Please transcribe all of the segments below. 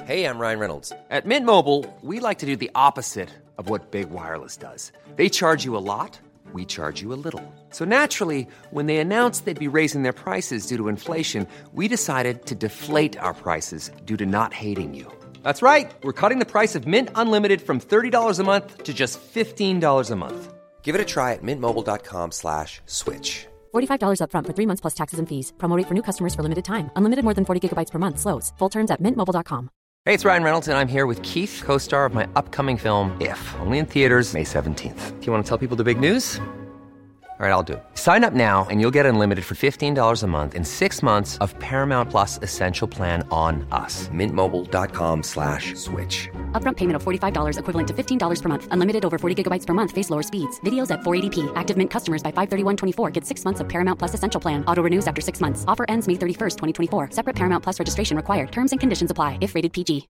Hey, I'm Ryan Reynolds. At Mint Mobile, we like to do the opposite of what Big Wireless does. They charge you a lot, we charge you a little. So naturally, when they announced they'd be raising their prices due to inflation, we decided to deflate our prices due to not hating you. That's right. We're cutting the price of Mint Unlimited from $30 a month to just $15 a month. Give it a try at mintmobile.com/switch. $45 up front for 3 months plus taxes and fees. Promo rate for new customers for limited time. Unlimited more than 40 gigabytes per month. Slows full terms at mintmobile.com. Hey, it's Ryan Reynolds, and I'm here with Keith, co-star of my upcoming film, If, only in theaters May 17th. Do you want to tell people the big news? All right, I'll do it. Sign up now and you'll get unlimited for $15 a month and 6 months of Paramount Plus Essential Plan on us. mintmobile.com/switch. Upfront payment of $45 equivalent to $15 per month. Unlimited over 40 gigabytes per month. Face lower speeds. Videos at 480p. Active Mint customers by 531.24 get 6 months of Paramount Plus Essential Plan. Auto renews after 6 months. Offer ends May 31st, 2024. Separate Paramount Plus registration required. Terms and conditions apply if rated PG.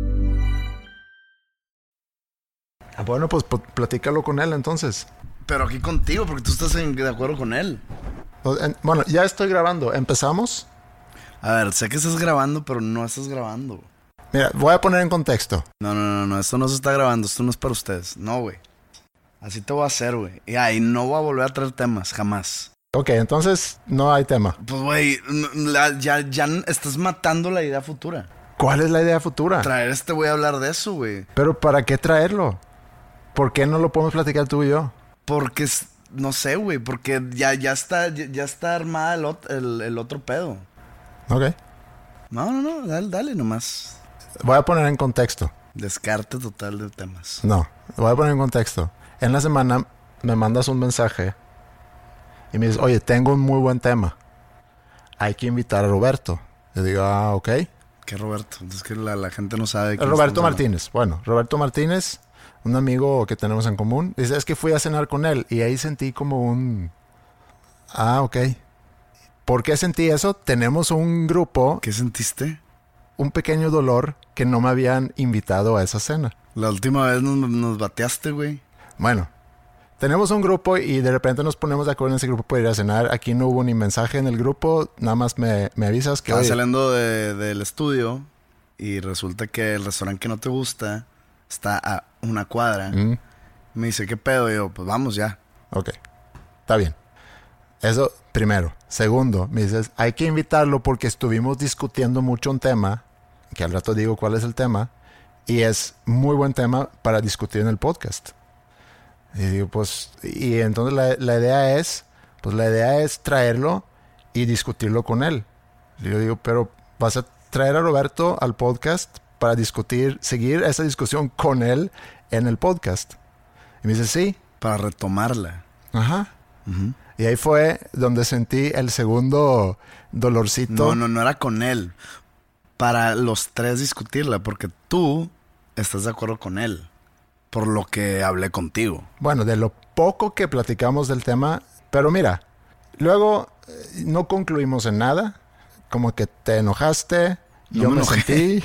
Bueno, pues platícalo con él entonces. Pero aquí contigo, porque tú estás de acuerdo con él. Bueno, ya estoy grabando. ¿Empezamos? A ver, sé que estás grabando, pero no estás grabando. Mira, voy a poner en contexto. No, esto no se está grabando, esto no es para ustedes. No, güey. Así te voy a hacer, güey. Y no voy a volver a traer temas, jamás. Ok, entonces no hay tema. Pues, güey, ya estás matando la idea futura. ¿Cuál es la idea futura? Traer voy a hablar de eso, güey. Pero ¿para qué traerlo? ¿Por qué no lo podemos platicar tú y yo? Porque, no sé, güey, porque ya está armada el otro pedo. Ok. No, dale nomás. Voy a poner en contexto. Descarte total de temas. No, voy a poner en contexto. En la semana me mandas un mensaje y me dices, oye, tengo un muy buen tema. Hay que invitar a Roberto. Le digo, ok. ¿Qué Roberto? Es que la gente no sabe. Roberto Martínez. Bueno, Roberto Martínez, un amigo que tenemos en común. Dice, es que fui a cenar con él y ahí sentí como un... ok. ¿Por qué sentí eso? Tenemos un grupo... ¿Qué sentiste? Un pequeño dolor que no me habían invitado a esa cena. La última vez nos bateaste, güey. Bueno, tenemos un grupo y de repente nos ponemos de acuerdo en ese grupo para ir a cenar. Aquí no hubo ni mensaje en el grupo. Nada más me avisas que... Estaba saliendo del estudio y resulta que el restaurante que no te gusta está a una cuadra. Me dice, ¿qué pedo? Y yo, pues vamos ya. Ok, está bien. Eso primero. Segundo, me dices, hay que invitarlo porque estuvimos discutiendo mucho un tema, que al rato digo cuál es el tema, y es muy buen tema para discutir en el podcast. Y digo, pues, y entonces la idea es traerlo y discutirlo con él. Y yo digo, pero vas a traer a Roberto al podcast para seguir esa discusión con él en el podcast. Y me dice, sí. Para retomarla. Ajá. Uh-huh. Y ahí fue donde sentí el segundo dolorcito. No era con él. Para los tres discutirla, porque tú estás de acuerdo con él. Por lo que hablé contigo. Bueno, de lo poco que platicamos del tema. Pero mira, luego no concluimos en nada. Como que te enojaste. No yo me enojé. Sentí.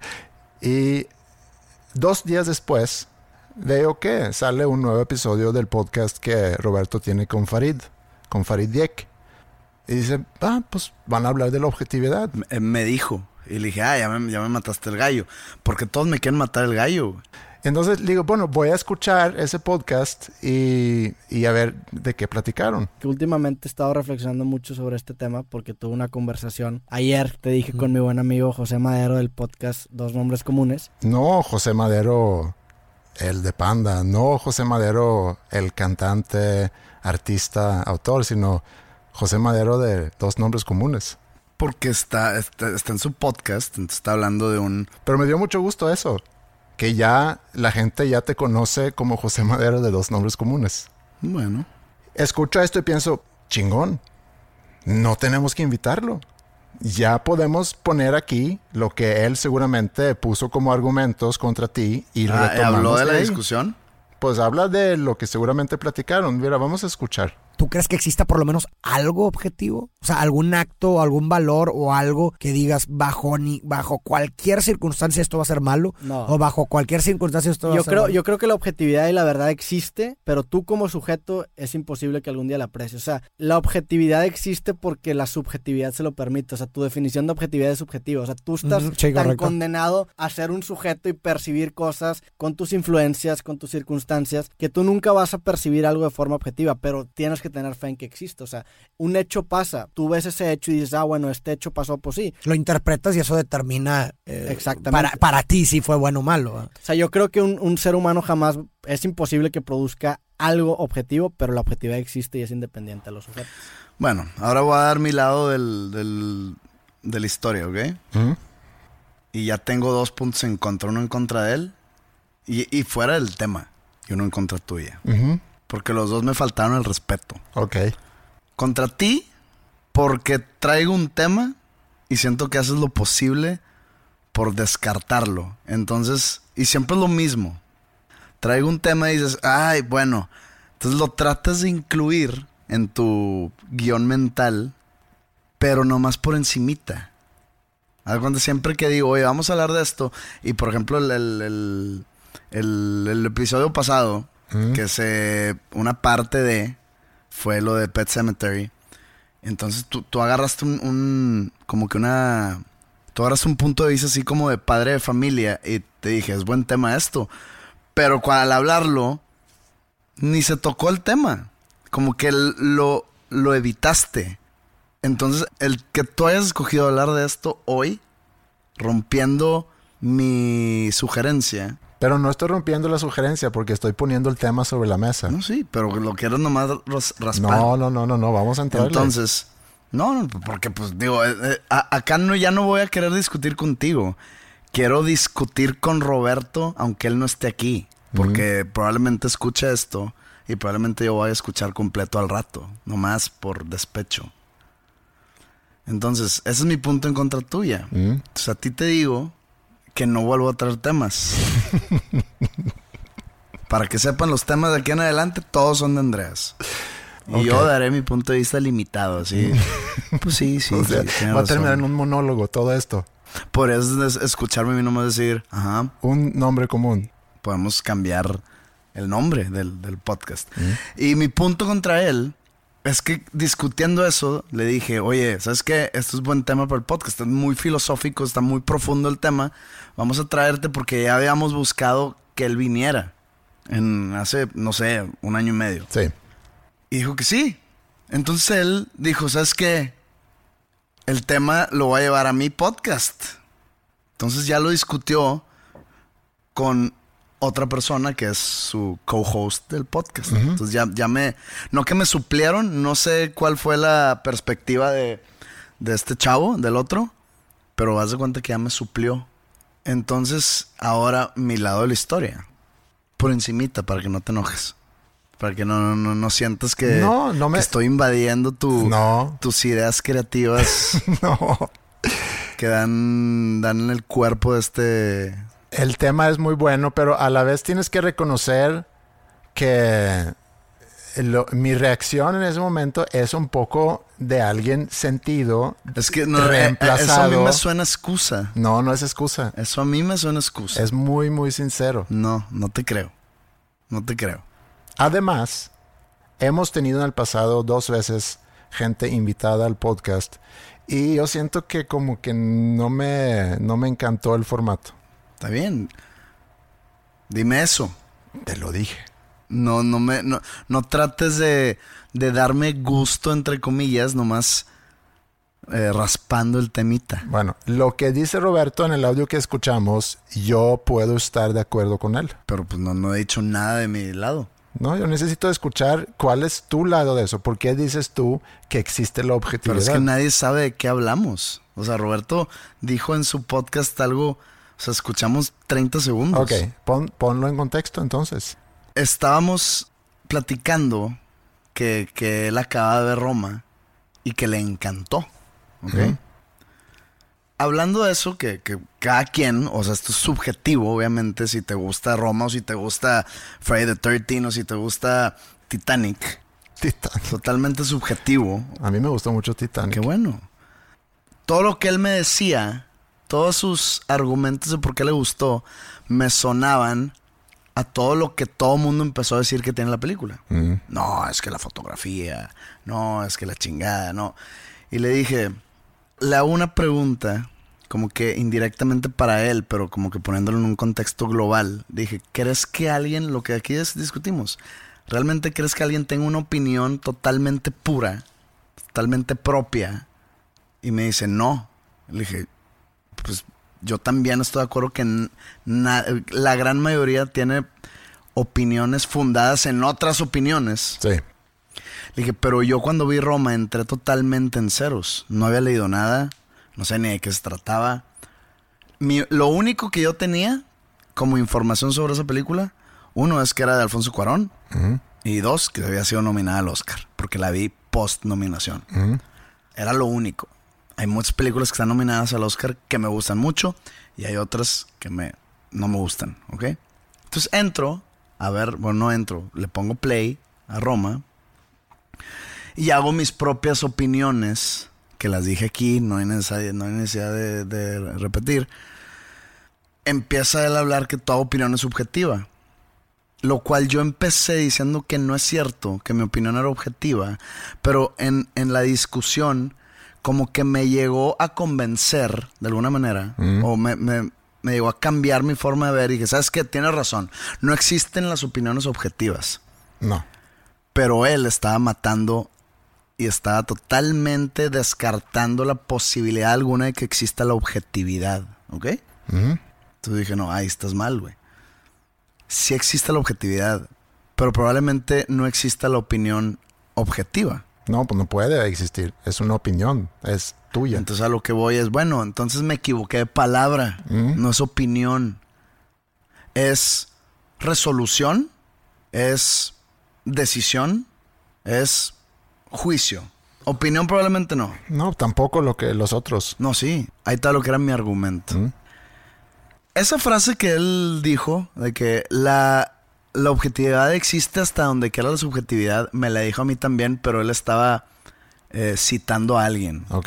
Y 2 días después veo que sale un nuevo episodio del podcast que Roberto tiene con Farid Dieck. Y dice, pues van a hablar de la objetividad. Me dijo. Y le dije, ya me mataste el gallo. Porque todos me quieren matar el gallo. Entonces le digo, bueno, voy a escuchar ese podcast y a ver de qué platicaron. Que últimamente he estado reflexionando mucho sobre este tema porque tuve una conversación. Ayer te dije con mi buen amigo José Madero del podcast Dos Nombres Comunes. No José Madero, el de Panda. No José Madero, el cantante, artista, autor, sino José Madero de Dos Nombres Comunes. Porque está en su podcast, entonces está hablando de un... Pero me dio mucho gusto eso. Que ya la gente ya te conoce como José Madero de Dos Nombres Comunes. Bueno. Escucho esto y pienso, chingón, no tenemos que invitarlo. Ya podemos poner aquí lo que él seguramente puso como argumentos contra ti y retomamos. ¿Habló de la ahí. discusión? Pues habla de lo que seguramente platicaron. Mira, vamos a escuchar. ¿tú crees que exista por lo menos algo objetivo? O sea, algún acto, algún valor o algo que digas bajo cualquier circunstancia esto va a ser malo. No. O bajo cualquier circunstancia esto va a ser malo. Yo creo que la objetividad y la verdad existe, pero tú como sujeto es imposible que algún día la aprecies. O sea, la objetividad existe porque la subjetividad se lo permite. O sea, tu definición de objetividad es subjetiva. O sea, tú estás Sí, tan correcto. condenado a ser un sujeto y percibir cosas con tus influencias, con tus circunstancias, que tú nunca vas a percibir algo de forma objetiva, pero tienes que tener fe en que existe. O sea, un hecho pasa, tú ves ese hecho y dices, bueno, este hecho pasó, pues sí. Lo interpretas y eso determina Exactamente. para ti si fue bueno o malo. O sea, yo creo que un ser humano jamás, es imposible que produzca algo objetivo, pero la objetividad existe y es independiente de los sujetos. Bueno, ahora voy a dar mi lado de la historia, ¿ok? Y ya tengo 2 puntos en contra. Uno en contra de él y fuera del tema. Y uno en contra tuya. Porque los dos me faltaron el respeto. Ok. Contra ti, porque traigo un tema y siento que haces lo posible por descartarlo. Entonces, y siempre es lo mismo. Traigo un tema y dices, ay, bueno. Entonces lo tratas de incluir en tu guión mental, pero nomás por encimita. Cuando siempre que digo, oye, vamos a hablar de esto. Y por ejemplo, el episodio pasado, que una parte de fue lo de Pet Sematary. Entonces tú agarraste tú agarraste un punto de vista así como de padre de familia y te dije, es buen tema esto. Pero al hablarlo, ni se tocó el tema. Como que lo evitaste. Entonces, el que tú hayas escogido hablar de esto hoy, rompiendo mi sugerencia. Pero no estoy rompiendo la sugerencia porque estoy poniendo el tema sobre la mesa. No, sí, pero lo quieres nomás raspar. No, vamos a entrarle. Entonces, no, porque pues digo, acá ya no voy a querer discutir contigo. Quiero discutir con Roberto, aunque él no esté aquí. Porque probablemente escuche esto y probablemente yo vaya a escuchar completo al rato. Nomás por despecho. Entonces, ese es mi punto en contra tuya. Entonces, a ti te digo que no vuelvo a traer temas. Para que sepan, los temas de aquí en adelante, todos son de Andreas. Y yo daré mi punto de vista limitado, así. Pues sí. O sea, tiene va a terminar en razón. un monólogo todo esto. Por eso es escucharme a mí nomás decir, Un nombre común. podemos cambiar el nombre del podcast. Y mi punto contra él es que discutiendo eso, le dije, oye, ¿sabes qué? Esto es buen tema para el podcast. Es muy filosófico, está muy profundo el tema. Vamos a traerte porque ya habíamos buscado que él viniera hace, no sé, 1 año y medio. Sí. Y dijo que sí. Entonces él dijo, ¿sabes qué? El tema lo voy a llevar a mi podcast. Entonces ya lo discutió con otra persona que es su co-host del podcast. Entonces ya no que me suplieron, no sé cuál fue la perspectiva de este chavo, del otro, pero haz de cuenta que ya me suplió. Entonces ahora mi lado de la historia, por encimita, para que no te enojes. Para que no sientas que, que estoy invadiendo tus ideas creativas. No. Que dan en el cuerpo de este... El tema es muy bueno, pero a la vez tienes que reconocer que mi reacción en ese momento es un poco de alguien sentido, es que reemplazado. Eso a mí me suena excusa. No es excusa. Eso a mí me suena excusa. Es muy, muy sincero. No te creo. No te creo. Además, hemos tenido en el pasado 2 veces gente invitada al podcast y yo siento que como que no me encantó el formato. Está bien. Dime eso. Te lo dije. No trates de darme gusto, entre comillas, nomás raspando el temita. Bueno, lo que dice Roberto en el audio que escuchamos, yo puedo estar de acuerdo con él. Pero pues no he dicho nada de mi lado. No, yo necesito escuchar cuál es tu lado de eso. ¿Por qué dices tú que existe la objetividad? Pero es que nadie sabe de qué hablamos. O sea, Roberto dijo en su podcast algo... O sea, escuchamos 30 segundos. Ok, ponlo en contexto entonces. Estábamos platicando que él acaba de ver Roma y que le encantó. ¿Ok? Hablando de eso, que cada quien, o sea, esto es subjetivo, obviamente, si te gusta Roma o si te gusta Friday the 13th o si te gusta Titanic. Titanic. totalmente subjetivo. A mí me gustó mucho Titanic. Qué bueno. Todo lo que él me decía, todos sus argumentos de por qué le gustó, me sonaban a todo lo que todo el mundo empezó a decir que tiene la película. No, es que la fotografía, no, es que la chingada, no. Y le dije, le hago una pregunta, como que indirectamente para él, pero como que poniéndolo en un contexto global. Dije, ¿crees que alguien, lo que aquí discutimos, realmente crees que alguien tenga una opinión totalmente pura, totalmente propia? Y me dice, no. Le dije, pues yo también estoy de acuerdo que la gran mayoría tiene opiniones fundadas en otras opiniones. Sí. Le dije, pero yo cuando vi Roma entré totalmente en ceros. No había leído nada, no sé ni de qué se trataba. Lo único que yo tenía como información sobre esa película, uno es que era de Alfonso Cuarón, y dos, que había sido nominada al Oscar, porque la vi post-nominación. Era lo único. Hay muchas películas que están nominadas al Oscar que me gustan mucho y hay otras que no me gustan, ¿ok? Entonces entro, le pongo play a Roma y hago mis propias opiniones, que las dije aquí, no hay necesidad de repetir. Empieza él a hablar que toda opinión es subjetiva, lo cual yo empecé diciendo que no es cierto, que mi opinión era objetiva, pero en la discusión como que me llegó a convencer de alguna manera, o me llegó a cambiar mi forma de ver y dije, ¿sabes qué? Tienes razón, no existen las opiniones objetivas. No. Pero él estaba matando y estaba totalmente descartando la posibilidad alguna de que exista la objetividad, ¿ok? Entonces dije, no, ahí estás mal, güey. Sí existe la objetividad, pero probablemente no exista la opinión objetiva. No, pues no puede existir. Es una opinión. Es tuya. Entonces a lo que voy es, bueno, entonces me equivoqué de palabra. No es opinión. Es resolución. Es decisión. Es juicio. Opinión probablemente no. No, tampoco lo que los otros. No, sí. Ahí está lo que era mi argumento. Esa frase que él dijo, de que la objetividad existe hasta donde quiera la subjetividad, me la dijo a mí también, pero él estaba citando a alguien. Ok.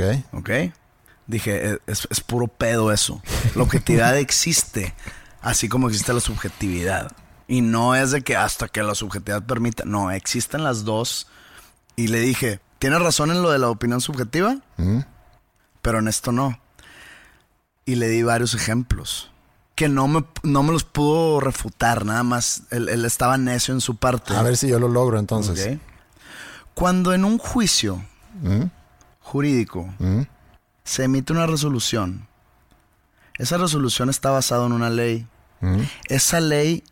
Dije, es puro pedo eso. La objetividad existe, así como existe la subjetividad. Y no es de que hasta que la subjetividad permita. No, existen las dos. Y le dije, tienes razón en lo de la opinión subjetiva, pero en esto no. Y le di varios ejemplos que no me los pudo refutar, nada más. Él estaba necio en su parte. A ver si yo lo logro entonces. Okay. Cuando en un juicio jurídico se emite una resolución, esa resolución está basada en una ley. Esa ley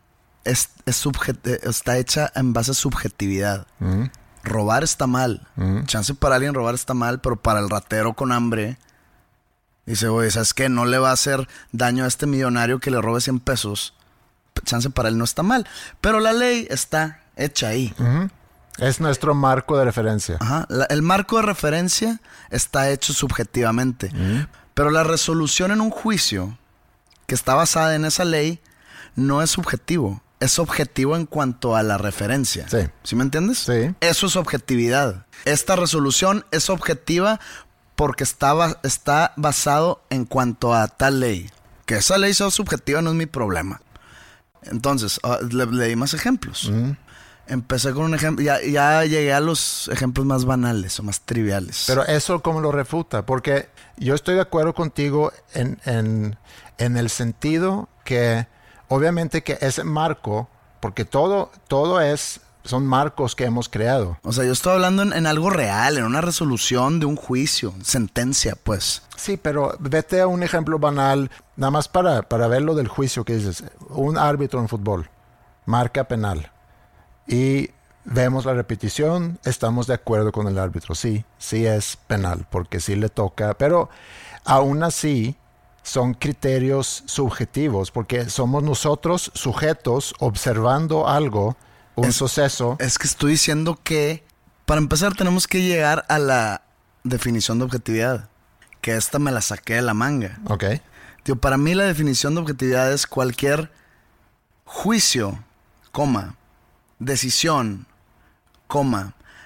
está hecha en base a subjetividad. Robar está mal. Chance para alguien robar está mal, pero para el ratero con hambre... Dice, oye, ¿sabes qué? No le va a hacer daño a este millonario que le robe 100 pesos. Chance para él no está mal. Pero la ley está hecha ahí. Es nuestro marco de referencia. Ajá. El marco de referencia está hecho subjetivamente. Pero la resolución en un juicio que está basada en esa ley no es subjetivo. Es objetivo en cuanto a la referencia. Sí. ¿Sí me entiendes? Sí. Eso es objetividad. Esta resolución es objetiva porque está basado en cuanto a tal ley. Que esa ley sea subjetiva no es mi problema. Entonces, le di más ejemplos. Empecé con un ejemplo. Ya llegué a los ejemplos más banales o más triviales. Pero eso, ¿cómo lo refuta? Porque yo estoy de acuerdo contigo en el sentido que, obviamente, que ese marco, porque todo son marcos que hemos creado. O sea, yo estoy hablando en algo real, en una resolución de un juicio, sentencia, pues. Sí, pero vete a un ejemplo banal, nada más para ver lo del juicio que dices. Un árbitro en fútbol, marca penal. Y vemos la repetición, estamos de acuerdo con el árbitro. Sí es penal, porque sí le toca. Pero aún así son criterios subjetivos, porque somos nosotros sujetos observando algo, un suceso. Es que estoy diciendo que, para empezar, tenemos que llegar a la definición de objetividad. Que esta me la saqué de la manga. Ok. Tío, para mí la definición de objetividad es cualquier juicio, decisión,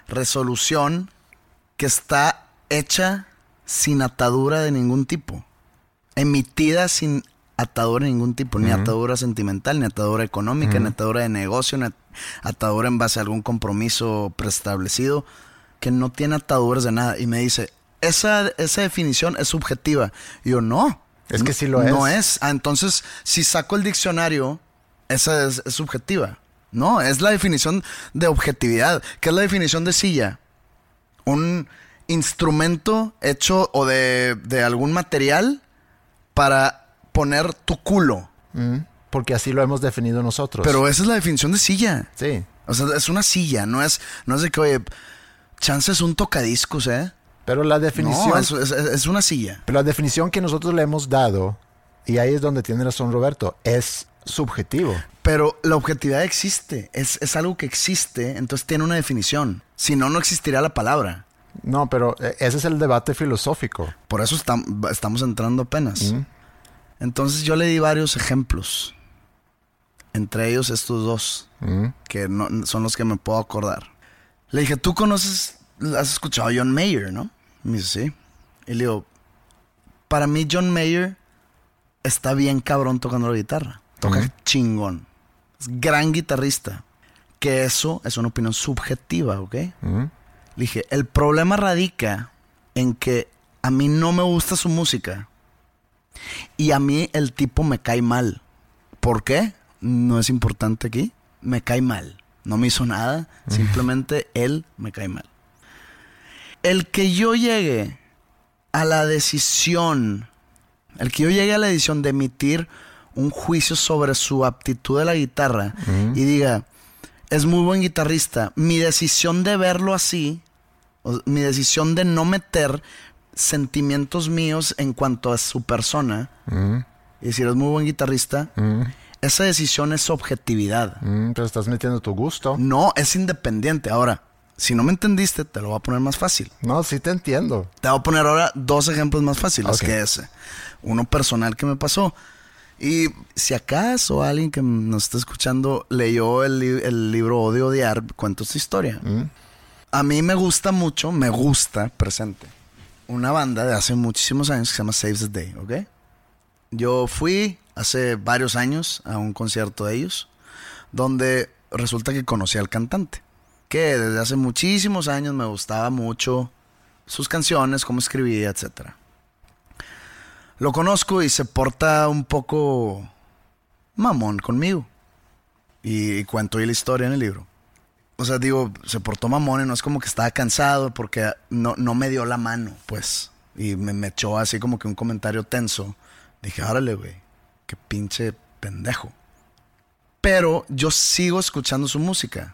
resolución que está hecha sin atadura de ningún tipo. Emitida sin atadura de ningún tipo. Ni atadura sentimental, ni atadura económica, ni atadura de negocio, ni atadura en base a algún compromiso preestablecido. Que no tiene ataduras de nada. Y me dice, esa definición es subjetiva. Y yo, no. Es que sí lo es. No es. Entonces, si saco el diccionario, esa es subjetiva. No, es la definición de objetividad. ¿Qué es la definición de silla? Un instrumento hecho o de algún material para poner tu culo. Porque así lo hemos definido nosotros. Pero esa es la definición de silla. Sí. O sea, es una silla, no es de que, oye, chance es un tocadiscos, ¿eh? Pero la definición... No, es una silla. Pero la definición que nosotros le hemos dado, y ahí es donde tiene razón Roberto, es subjetivo. Pero la objetividad existe, es algo que existe, entonces tiene una definición. Si no, no existiría la palabra. No, pero ese es el debate filosófico. Por eso estamos entrando apenas. Entonces yo le di varios ejemplos. Entre ellos estos dos, que no, son los que me puedo acordar. Le dije, ¿tú has escuchado a John Mayer, no? Me dice, sí. Y le digo, para mí John Mayer está bien cabrón tocando la guitarra. Toca chingón. Es gran guitarrista. Que eso es una opinión subjetiva, ¿ok? Le dije, el problema radica en que a mí no me gusta su música. Y a mí el tipo me cae mal. ¿Por qué? No es importante aquí. Me cae mal. No me hizo nada. Simplemente él me cae mal. El que yo llegue a la decisión, de emitir un juicio sobre su aptitud de la guitarra y diga, es muy buen guitarrista, mi decisión de verlo así, mi decisión de no meter sentimientos míos en cuanto a su persona y decir, es muy buen guitarrista, esa decisión es objetividad. Pero estás metiendo tu gusto. No, es independiente. Ahora, si no me entendiste, te lo voy a poner más fácil. No, sí te entiendo. Te voy a poner ahora 2 ejemplos más fáciles Okay. que ese. Uno personal que me pasó. Y si acaso alguien que nos está escuchando leyó el libro Odio Odiar, cuento esta historia. A mí me gusta presente, una banda de hace muchísimos años que se llama Saves the Day, ¿ok? Yo fui hace varios años a un concierto de ellos, donde resulta que conocí al cantante, que desde hace muchísimos años me gustaba mucho sus canciones, cómo escribía, etc. Lo conozco y se porta un poco mamón conmigo. Y cuento ahí la historia en el libro. O sea, digo, se portó mamón y no es como que estaba cansado porque no me dio la mano, pues. Y me echó así como que un comentario tenso. Dije, órale, güey, qué pinche pendejo. Pero yo sigo escuchando su música.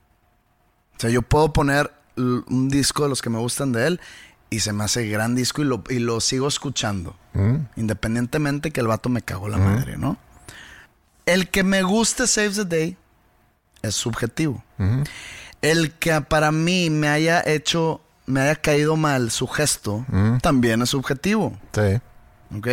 O sea, yo puedo poner un disco de los que me gustan de él y se me hace gran disco y lo sigo escuchando. Independientemente que el vato me cagó la madre, ¿no? El que me guste Save the Day es subjetivo. El que para mí me haya caído mal su gesto, también es subjetivo. Sí. ¿Ok?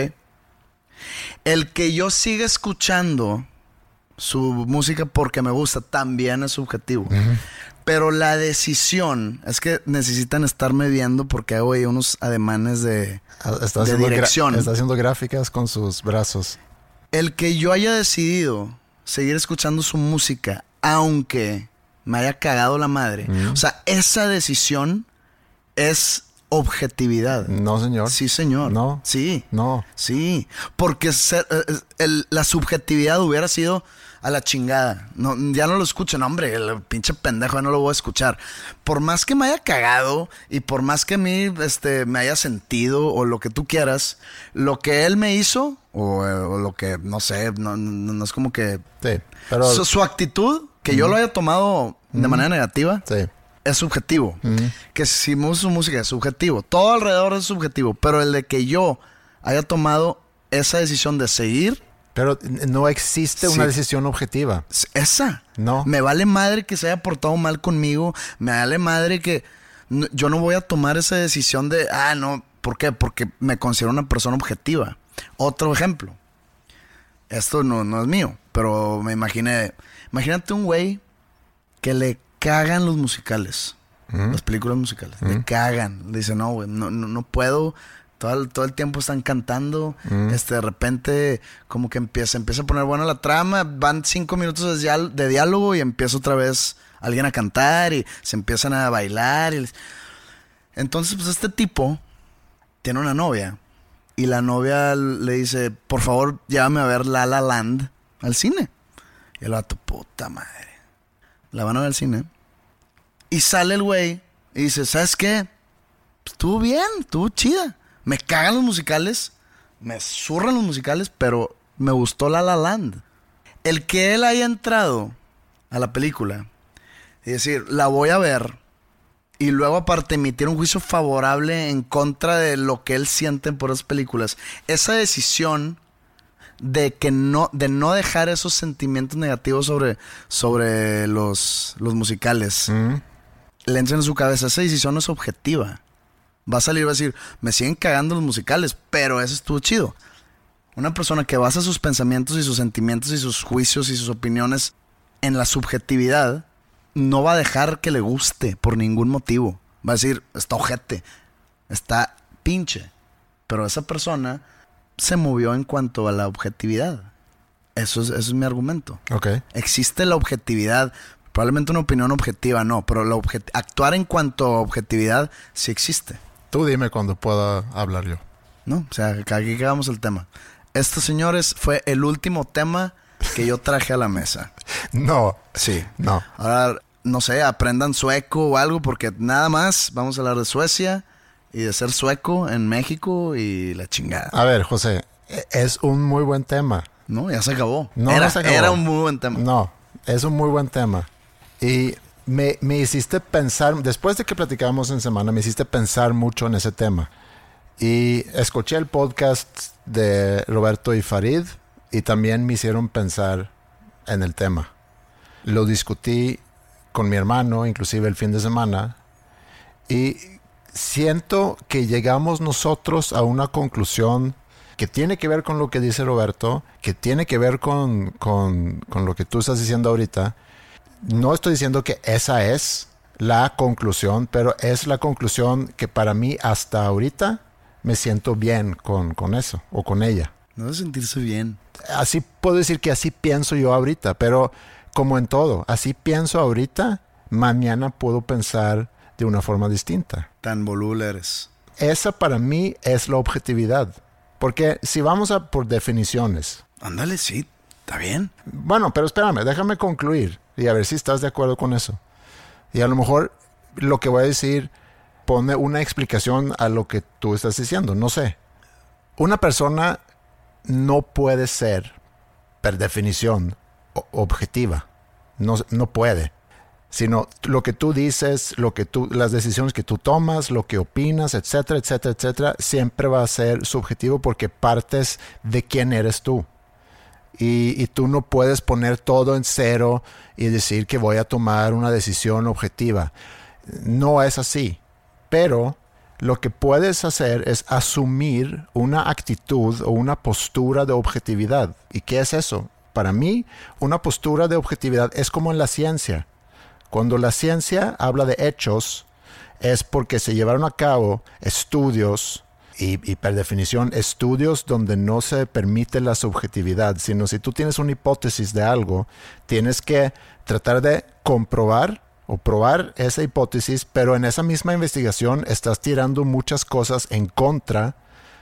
El que yo siga escuchando su música porque me gusta también es subjetivo. Pero la decisión es que necesitan estarme viendo porque hago ahí unos ademanes de dirección. Está haciendo gráficas con sus brazos. El que yo haya decidido seguir escuchando su música, aunque me haya cagado la madre, o sea, esa decisión es objetividad. No, señor. Sí, señor. No. Sí. No. Sí. Porque la subjetividad hubiera sido a la chingada. No, ya no lo escucho. No, hombre, el pinche pendejo ya no lo voy a escuchar. Por más que me haya cagado y por más que a mí me haya sentido o lo que tú quieras, lo que él me hizo o lo que, no sé, no es como que... Sí, pero... Su actitud, que yo lo haya tomado de manera negativa... Sí. Es subjetivo. Que si su música es subjetivo. Todo alrededor es subjetivo. Pero el de que yo haya tomado esa decisión de seguir... Pero no existe una decisión objetiva. Esa. No. Me vale madre que se haya portado mal conmigo. Me vale madre que... yo no voy a tomar esa decisión de... no. ¿Por qué? Porque me considero una persona objetiva. Otro ejemplo. Esto no es mío. Pero me imaginé... Imagínate un güey que le cagan los musicales. las películas musicales. Le cagan. Le dicen, no, güey, no puedo. Todo el tiempo están cantando. De repente, como que empieza a poner buena la trama. Van 5 minutos de diálogo y empieza otra vez alguien a cantar y se empiezan a bailar. Entonces, pues este tipo tiene una novia. Y la novia le dice, por favor, llévame a ver La La Land al cine. Y el vato, puta madre. La van a ver al cine. Y sale el güey y dice, ¿sabes qué? Pues, estuvo bien, estuvo chida. Me cagan los musicales, me zurran los musicales, pero me gustó La La Land. El que él haya entrado a la película y decir, la voy a ver, y luego aparte emitir un juicio favorable en contra de lo que él siente por esas películas, esa decisión de no dejar esos sentimientos negativos sobre los musicales, le entra en su cabeza. Esa decisión no es objetiva. Va a salir y va a decir, me siguen cagando los musicales, pero eso estuvo chido. Una persona que basa sus pensamientos y sus sentimientos y sus juicios y sus opiniones en la subjetividad, no va a dejar que le guste por ningún motivo. Va a decir, está ojete, está pinche. Pero esa persona se movió en cuanto a la objetividad. Eso es mi argumento. Okay. Existe la objetividad. Probablemente una opinión objetiva no, pero actuar en cuanto a objetividad sí existe. Tú dime cuando pueda hablar yo. No, o sea, aquí quedamos el tema. Esto, señores, fue el último tema que yo traje a la mesa. No. Sí. No. Ahora, no sé, aprendan sueco o algo, porque nada más vamos a hablar de Suecia y de ser sueco en México y la chingada. A ver, José, es un muy buen tema. No, ya se acabó. No, no se acabó. Era un muy buen tema. No, es un muy buen tema. Y me hiciste pensar, después de que platicábamos en semana, me hiciste pensar mucho en ese tema. Y escuché el podcast de Roberto y Farid y también me hicieron pensar en el tema. Lo discutí con mi hermano, inclusive el fin de semana, y siento que llegamos nosotros a una conclusión que tiene que ver con lo que dice Roberto, que tiene que ver con lo que tú estás diciendo ahorita. No estoy diciendo que esa es la conclusión, pero es la conclusión que para mí hasta ahorita me siento bien con eso o con ella. No debe sentirse bien. Así puedo decir que así pienso yo ahorita, pero como en todo, así pienso ahorita, mañana puedo pensar de una forma distinta. Tan voluble eres. Esa para mí es la objetividad. Porque si vamos a por definiciones. Ándale, sí, está bien. Bueno, pero espérame, déjame concluir y a ver si estás de acuerdo con eso. Y a lo mejor lo que voy a decir pone una explicación a lo que tú estás diciendo, no sé. Una persona no puede ser, por definición, objetiva. No puede. Sino lo que tú dices, las decisiones que tú tomas, lo que opinas, etcétera, etcétera, etcétera, siempre va a ser subjetivo porque partes de quién eres tú. Y tú no puedes poner todo en cero y decir que voy a tomar una decisión objetiva. No es así. Pero lo que puedes hacer es asumir una actitud o una postura de objetividad. ¿Y qué es eso? Para mí, una postura de objetividad es como en la ciencia. Cuando la ciencia habla de hechos, es porque se llevaron a cabo estudios, y por definición estudios donde no se permite la subjetividad, sino si tú tienes una hipótesis de algo, tienes que tratar de comprobar o probar esa hipótesis, pero en esa misma investigación estás tirando muchas cosas en contra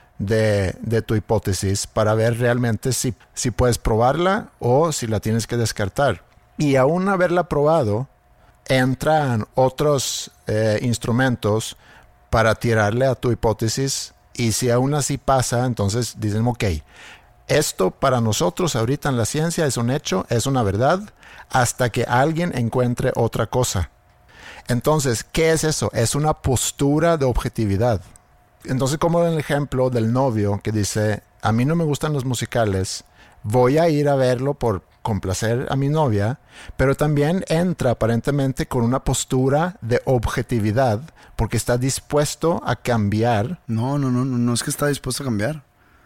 de tu hipótesis para ver realmente si puedes probarla o si la tienes que descartar. Y aún haberla probado, entran otros instrumentos para tirarle a tu hipótesis, y si aún así pasa, entonces dicen, ok, esto para nosotros ahorita en la ciencia es un hecho, es una verdad, hasta que alguien encuentre otra cosa. Entonces, ¿qué es eso? Es una postura de objetividad. Entonces, como en el ejemplo del novio que dice, a mí no me gustan los musicales, voy a ir a verlo por complacer a mi novia, pero también entra aparentemente con una postura de objetividad porque está dispuesto a cambiar. No es que está dispuesto a cambiar.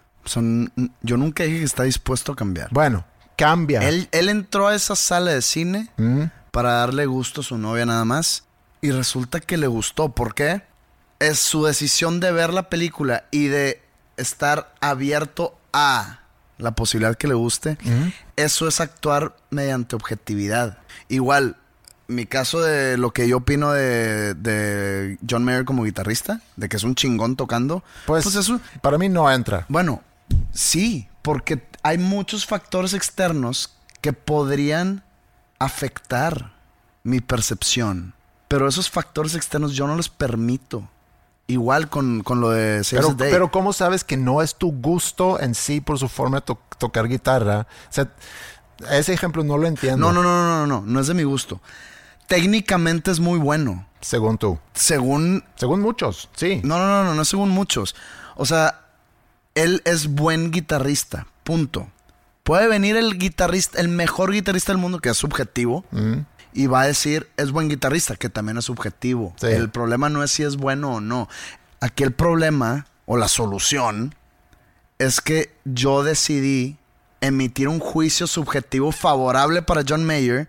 Yo nunca dije que está dispuesto a cambiar. Bueno, cambia. Él entró a esa sala de cine para darle gusto a su novia nada más. y resulta que le gustó. ¿Por qué? Es su decisión de ver la película y de estar abierto a la posibilidad que le guste. Eso es actuar mediante objetividad. Igual, mi caso de lo que yo opino de John Mayer como guitarrista, de que es un chingón tocando, Pues eso, para mí no entra. bueno, sí, porque hay muchos factores externos que podrían afectar mi percepción, pero esos factores externos yo no los permito. Igual con lo de Save the Day. Pero ¿cómo sabes que no es tu gusto en sí por su forma de tocar guitarra? O sea, ese ejemplo no lo entiendo. No es de mi gusto. Técnicamente es muy bueno. Según tú. Según muchos, sí. No es según muchos. O sea, él es buen guitarrista, punto. Puede venir el guitarrista, el mejor guitarrista del mundo, que es subjetivo, y va a decir, es buen guitarrista, que también es subjetivo. Sí. El problema no es si es bueno o no. Aquí el problema, o la solución, es que yo decidí emitir un juicio subjetivo favorable para John Mayer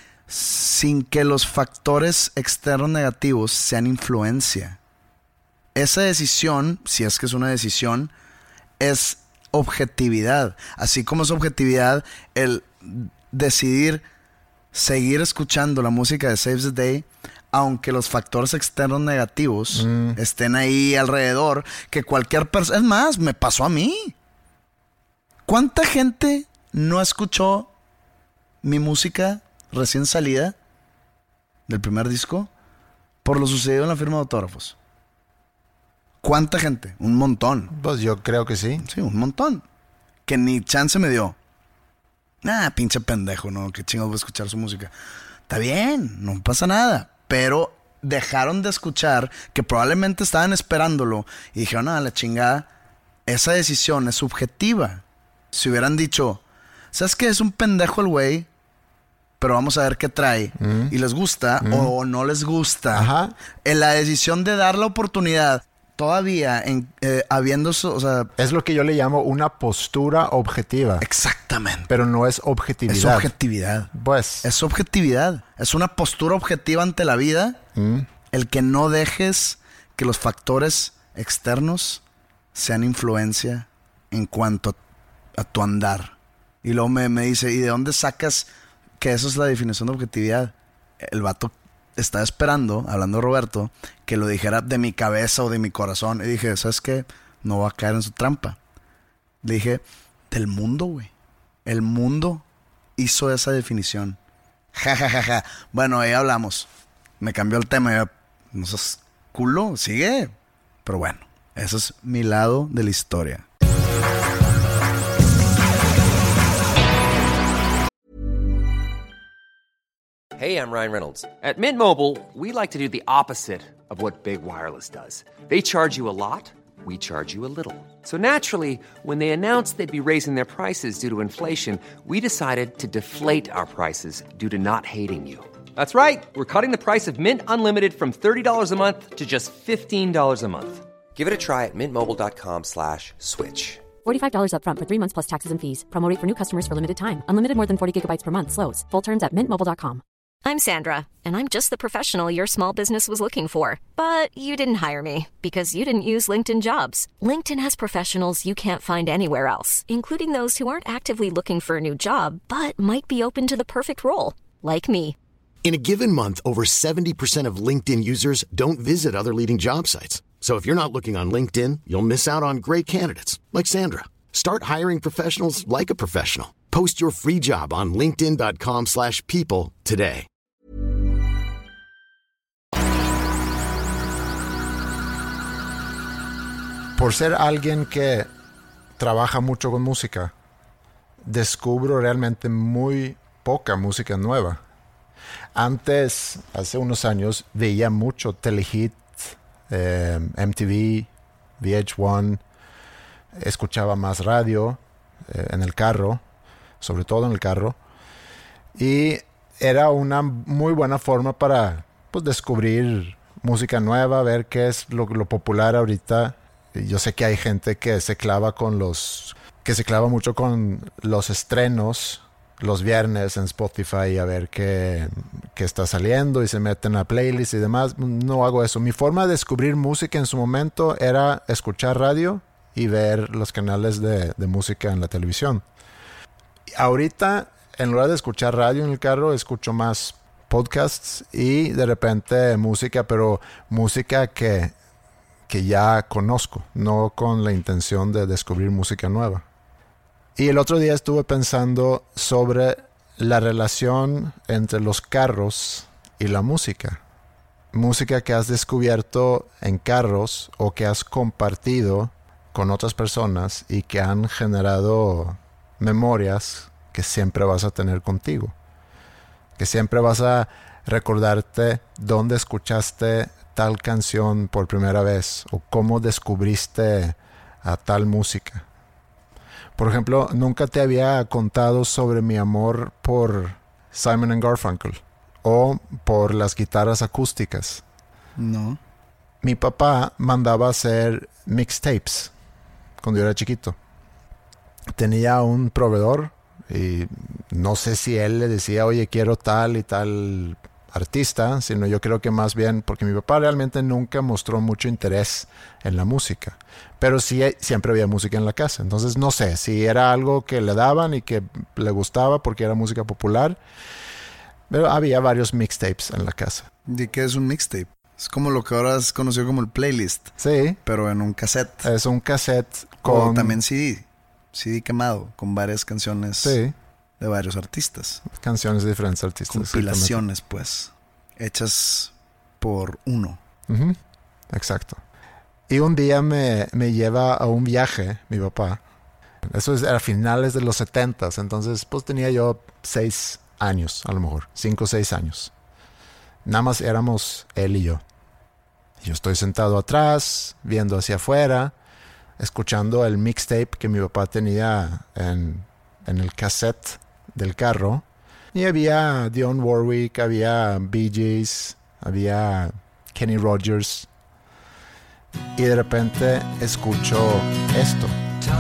sin que los factores externos negativos sean influencia. Esa decisión, si es que es una decisión, es objetividad. Así como es objetividad el decidir seguir escuchando la música de Save the Day, aunque los factores externos negativos estén ahí alrededor, que cualquier persona... Es más, me pasó a mí. ¿Cuánta gente no escuchó mi música recién salida del primer disco por lo sucedido en la firma de autógrafos? ¿Cuánta gente? Un montón. Pues yo creo que sí. Sí, un montón. Que ni chance me dio. Pinche pendejo, ¿no? Qué chingados voy a escuchar su música. Está bien, no pasa nada. Pero dejaron de escuchar, que probablemente estaban esperándolo, y dijeron, la chingada, esa decisión es subjetiva. Si hubieran dicho, ¿sabes qué? Es un pendejo el güey, pero vamos a ver qué trae. Y les gusta o no les gusta. Ajá. En la decisión de dar la oportunidad, todavía habiendo... O sea, Es lo que yo le llamo una postura objetiva. exactamente. Pero no es objetividad. Es objetividad. Pues. Es objetividad. Es una postura objetiva ante la vida. El que no dejes que los factores externos sean influencia en cuanto a tu andar. Y luego me dice, ¿y de dónde sacas que eso es la definición de objetividad? El vato estaba esperando, hablando de Roberto, que lo dijera de mi cabeza o de mi corazón. Y dije, ¿sabes qué? No voy a caer en su trampa. Le dije, del mundo, güey. El mundo hizo esa definición. Ja. Bueno, ahí hablamos. Me cambió el tema. Yo, no seas culo, sigue. Pero bueno, eso es mi lado de la historia. Hey, I'm Ryan Reynolds. At Mint Mobile, we like to do the opposite of what Big Wireless does. They charge you a lot, we charge you a little. So naturally, when they announced they'd be raising their prices due to inflation, we decided to deflate our prices due to not hating you. That's right. We're cutting the price of Mint Unlimited from $30 a month to just $15 a month. Give it a try at mintmobile.com/switch. $45 up front for 3 months plus taxes and fees. Promo rate for new customers for limited time. Unlimited more than 40 gigabytes per month. Slows full terms at mintmobile.com. I'm Sandra, and I'm just the professional your small business was looking for. But you didn't hire me because you didn't use LinkedIn Jobs. LinkedIn has professionals you can't find anywhere else, including those who aren't actively looking for a new job, but might be open to the perfect role, like me. In a given month, over 70% of LinkedIn users don't visit other leading job sites. So if you're not looking on LinkedIn, you'll miss out on great candidates like Sandra. Start hiring professionals like a professional. Post your free job on linkedin.com/people today. Por ser alguien que trabaja mucho con música, descubro realmente muy poca música nueva. Antes, hace unos años, veía mucho Telehit, MTV, VH1, escuchaba más radio en el carro, sobre todo en el carro, y era una muy buena forma para descubrir música nueva, ver qué es lo popular ahorita. Yo sé que hay gente que se clava mucho con los estrenos los viernes en Spotify a ver qué que está saliendo y se meten a playlists y demás. No hago eso. Mi forma de descubrir música en su momento era escuchar radio y ver los canales de música en la televisión. Ahorita, en lugar de escuchar radio en el carro, escucho más podcasts y de repente música, pero música que ya conozco, no con la intención de descubrir música nueva. Y el otro día estuve pensando sobre la relación entre los carros y la música. Música que has descubierto en carros o que has compartido con otras personas y que han generado memorias que siempre vas a tener contigo. Que siempre vas a recordarte dónde escuchaste tal canción por primera vez o cómo descubriste a tal música. Por ejemplo, nunca te había contado sobre mi amor por Simon & Garfunkel o por las guitarras acústicas. No. Mi papá mandaba hacer mixtapes cuando yo era chiquito. Tenía un proveedor y no sé si él le decía, oye, quiero tal y tal artista, sino yo creo que más bien porque mi papá realmente nunca mostró mucho interés en la música, pero sí siempre había música en la casa. Entonces no sé si era algo que le daban y que le gustaba porque era música popular, pero había varios mixtapes en la casa. ¿De qué es un mixtape? Es como lo que ahora es conocido como el playlist. Sí. Pero en un cassette. Es un cassette con... O también CD quemado, con varias canciones. Sí. De varios artistas. Canciones de diferentes artistas. Compilaciones, pues. Hechas por uno. Uh-huh. Exacto. Y un día me lleva a un viaje, mi papá. Eso es a finales de los 70s. Entonces, pues tenía yo 6 años, a lo mejor. 5 o 6 años. Nada más éramos él y yo. Yo estoy sentado atrás, viendo hacia afuera, escuchando el mixtape que mi papá tenía en el cassette del carro. Y había Dionne Warwick, había Bee Gees, había Kenny Rogers. Y de repente escucho esto.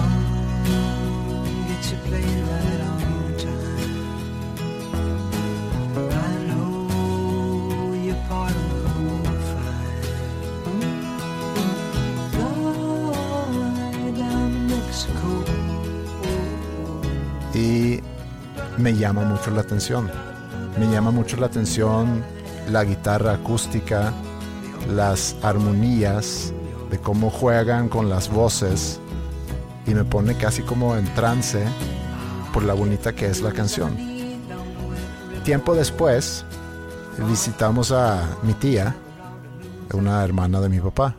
Y me llama mucho la atención. Me llama mucho la atención la guitarra acústica, las armonías, de cómo juegan con las voces, y me pone casi como en trance por la bonita que es la canción. Tiempo después visitamos a mi tía, una hermana de mi papá,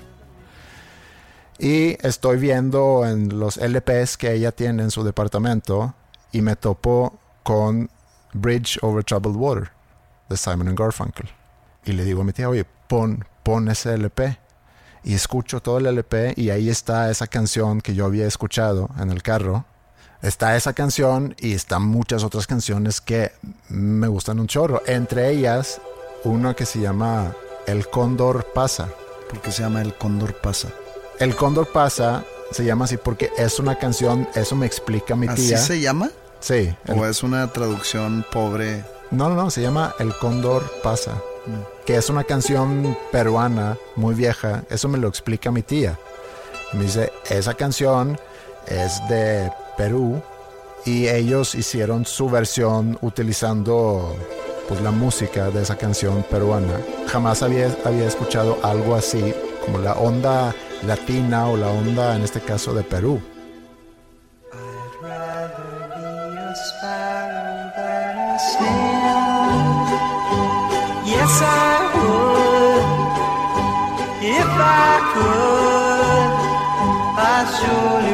y estoy viendo en los LPs que ella tiene en su departamento y me topo con Bridge Over Troubled Water de Simon & Garfunkel. Y le digo a mi tía, oye, pon ese LP. Y escucho todo el LP y ahí está esa canción que yo había escuchado en el carro. Está esa canción y están muchas otras canciones que me gustan un chorro. Entre ellas, una que se llama El Cóndor Pasa. ¿Por qué se llama El Cóndor Pasa? El Cóndor Pasa se llama así porque es una canción, eso me explica mi tía. ¿Así se llama? Sí. ¿O es una traducción pobre? No, se llama El Cóndor Pasa. Que es una canción peruana muy vieja. Eso me lo explica mi tía. Me dice, esa canción es de Perú y ellos hicieron su versión utilizando pues la música de esa canción peruana. Jamás había escuchado algo así, como la onda latina o la onda, en este caso, de Perú. I'd rather be a sparrow than a snail. Yes, I would. If I could, I surely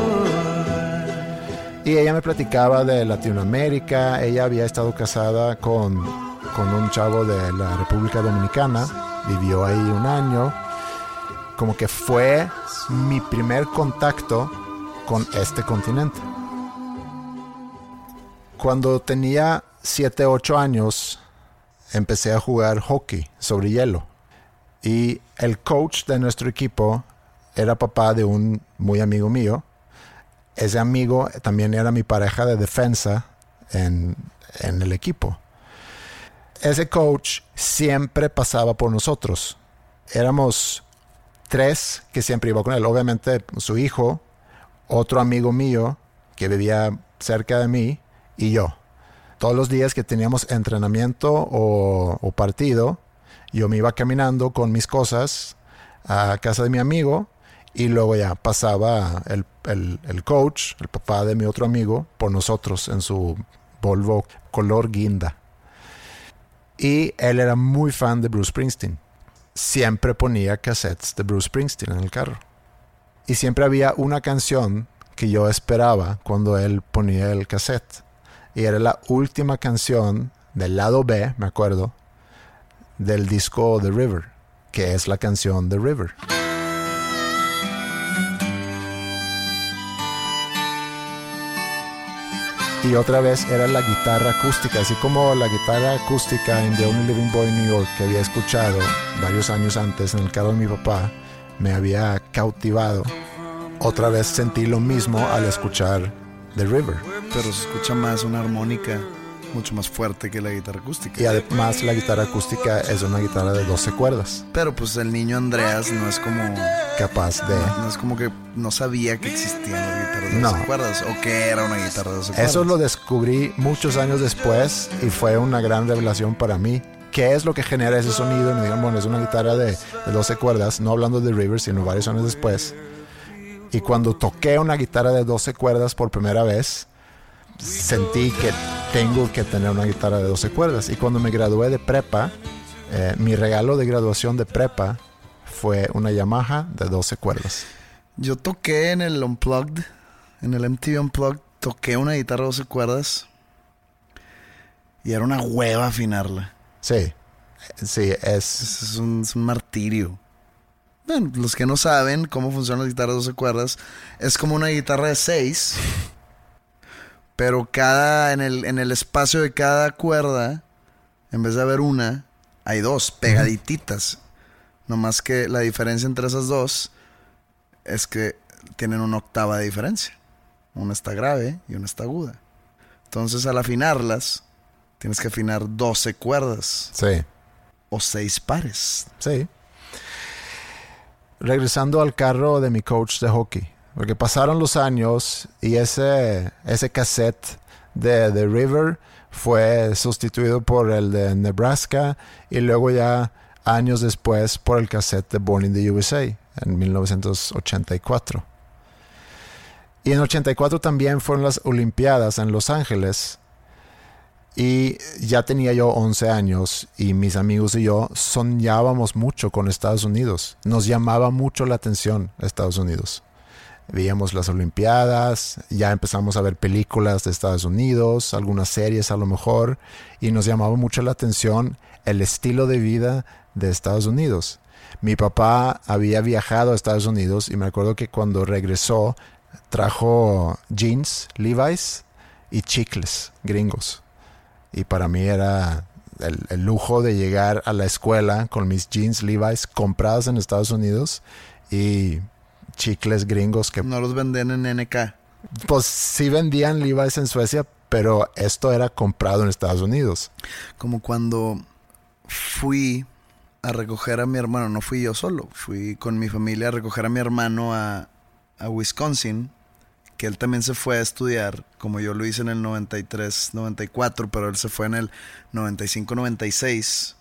would. Y ella me platicaba de Latinoamérica. Ella había estado casada con un chavo de la República Dominicana. Vivió ahí un año. Como que fue mi primer contacto con este continente. Cuando tenía 7, 8 años, empecé a jugar hockey sobre hielo. Y el coach de nuestro equipo era papá de un muy amigo mío. Ese amigo también era mi pareja de defensa en el equipo. ese coach siempre pasaba por nosotros. Éramos 3 que siempre iba con él. Obviamente su hijo, otro amigo mío que vivía cerca de mí y yo. Todos los días que teníamos entrenamiento o partido, yo me iba caminando con mis cosas a casa de mi amigo y luego ya pasaba el coach, el papá de mi otro amigo, por nosotros en su Volvo color guinda. Y él era muy fan de Bruce Springsteen. Siempre ponía cassettes de Bruce Springsteen en el carro. Y siempre había una canción que yo esperaba cuando él ponía el cassette. Y era la última canción del lado B, me acuerdo, del disco The River, que es la canción The River. Y otra vez era la guitarra acústica, así como la guitarra acústica en The Only Living Boy in New York que había escuchado varios años antes en el carro de mi papá, me había cautivado. Otra vez sentí lo mismo al escuchar The River. Pero se escucha más una armónica mucho más fuerte que la guitarra acústica. Y además la guitarra acústica es una guitarra de 12 cuerdas. Pero pues el niño Andreas no es como... capaz de... No es como que no sabía que existían las guitarras de 12 cuerdas o que era una guitarra de 12 cuerdas. Eso lo descubrí muchos años después y fue una gran revelación para mí. ¿Qué es lo que genera ese sonido? Y me dijeron, bueno, es una guitarra de 12 cuerdas, no hablando de River, sino varios años después. Y cuando toqué una guitarra de 12 cuerdas por primera vez, sentí que tengo que tener una guitarra de 12 cuerdas. Y cuando me gradué de prepa, mi regalo de graduación de prepa fue una Yamaha de 12 cuerdas. Yo toqué en el Unplugged, en el MTV Unplugged, toqué una guitarra de 12 cuerdas y era una hueva afinarla. Sí, es un martirio. Bueno, los que no saben cómo funcionan las guitarras de 12 cuerdas, es como una guitarra de 6, pero en el espacio de cada cuerda, en vez de haber una, hay 2 pegadititas. No más que la diferencia entre esas 2 es que tienen una octava de diferencia. Una está grave y una está aguda. Entonces, al afinarlas, tienes que afinar 12 cuerdas. Sí. O 6 pares. Sí. Regresando al carro de mi coach de hockey. Porque pasaron los años y ese cassette de The River fue sustituido por el de Nebraska y luego ya años después por el cassette de Born in the USA en 1984. Y en 84 también fueron las Olimpiadas en Los Ángeles y ya tenía yo 11 años y mis amigos y yo soñábamos mucho con Estados Unidos. Nos llamaba mucho la atención Estados Unidos. Veíamos las Olimpiadas, ya empezamos a ver películas de Estados Unidos, algunas series a lo mejor, y nos llamaba mucho la atención el estilo de vida de Estados Unidos. Mi papá había viajado a Estados Unidos y me acuerdo que cuando regresó trajo jeans, Levi's y chicles gringos. Y para mí era el lujo de llegar a la escuela con mis jeans Levi's comprados en Estados Unidos y chicles gringos que... No los venden en NK. Pues sí vendían Levi's en Suecia, pero esto era comprado en Estados Unidos. Como cuando fui a recoger a mi hermano, no fui yo solo, fui con mi familia a recoger a mi hermano a Wisconsin, que él también se fue a estudiar, como yo lo hice en el 93, 94, pero él se fue en el 95, 96.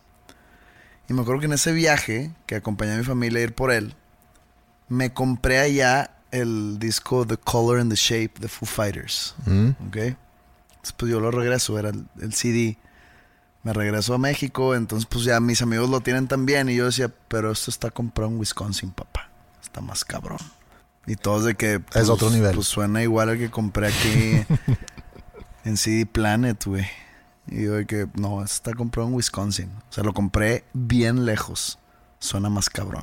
Y me acuerdo que en ese viaje, que acompañé a mi familia a ir por él, me compré allá el disco The Color and the Shape de Foo Fighters. ¿Ok? Entonces pues yo lo regreso, era el CD. Me regreso a México, entonces pues ya mis amigos lo tienen también. Y yo decía, pero esto está comprado en Wisconsin, papá. Está más cabrón. Y todos de que... Pues, es otro nivel. Pues suena igual al que compré aquí en CD Planet, güey. Y yo de que, no, esto está comprado en Wisconsin. O sea, lo compré bien lejos. Suena más cabrón.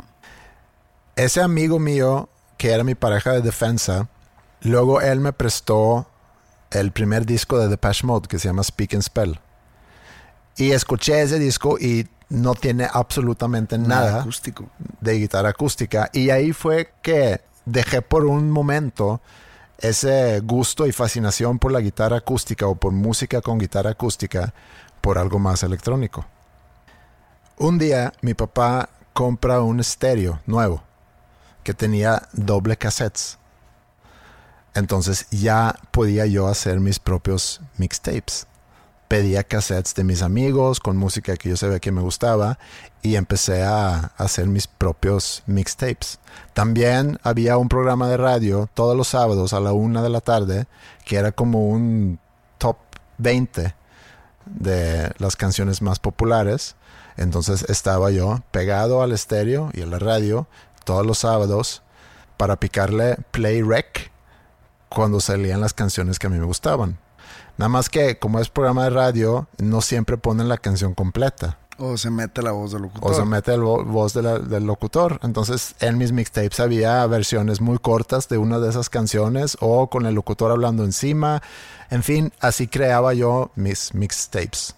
Ese amigo mío, que era mi pareja de defensa, luego él me prestó el primer disco de Depeche Mode, que se llama Speak and Spell. Y escuché ese disco y no tiene absolutamente nada acústico. De guitarra acústica. Y ahí fue que dejé por un momento ese gusto y fascinación por la guitarra acústica o por música con guitarra acústica, por algo más electrónico. Un día mi papá compra un estéreo nuevo que tenía doble cassettes. Entonces ya podía yo hacer mis propios mixtapes. Pedía cassettes de mis amigos con música que yo sabía que me gustaba y empecé a hacer mis propios mixtapes. También había un programa de radio todos los sábados a la 1 de la tarde que era como un top 20 de las canciones más populares. Entonces estaba yo pegado al estéreo y a la radio todos los sábados para picarle play rec cuando salían las canciones que a mí me gustaban. Nada más que como es programa de radio, no siempre ponen la canción completa. O se mete la voz del locutor. O se mete la voz del locutor. Entonces en mis mixtapes había versiones muy cortas de una de esas canciones o con el locutor hablando encima. En fin, así creaba yo mis mixtapes.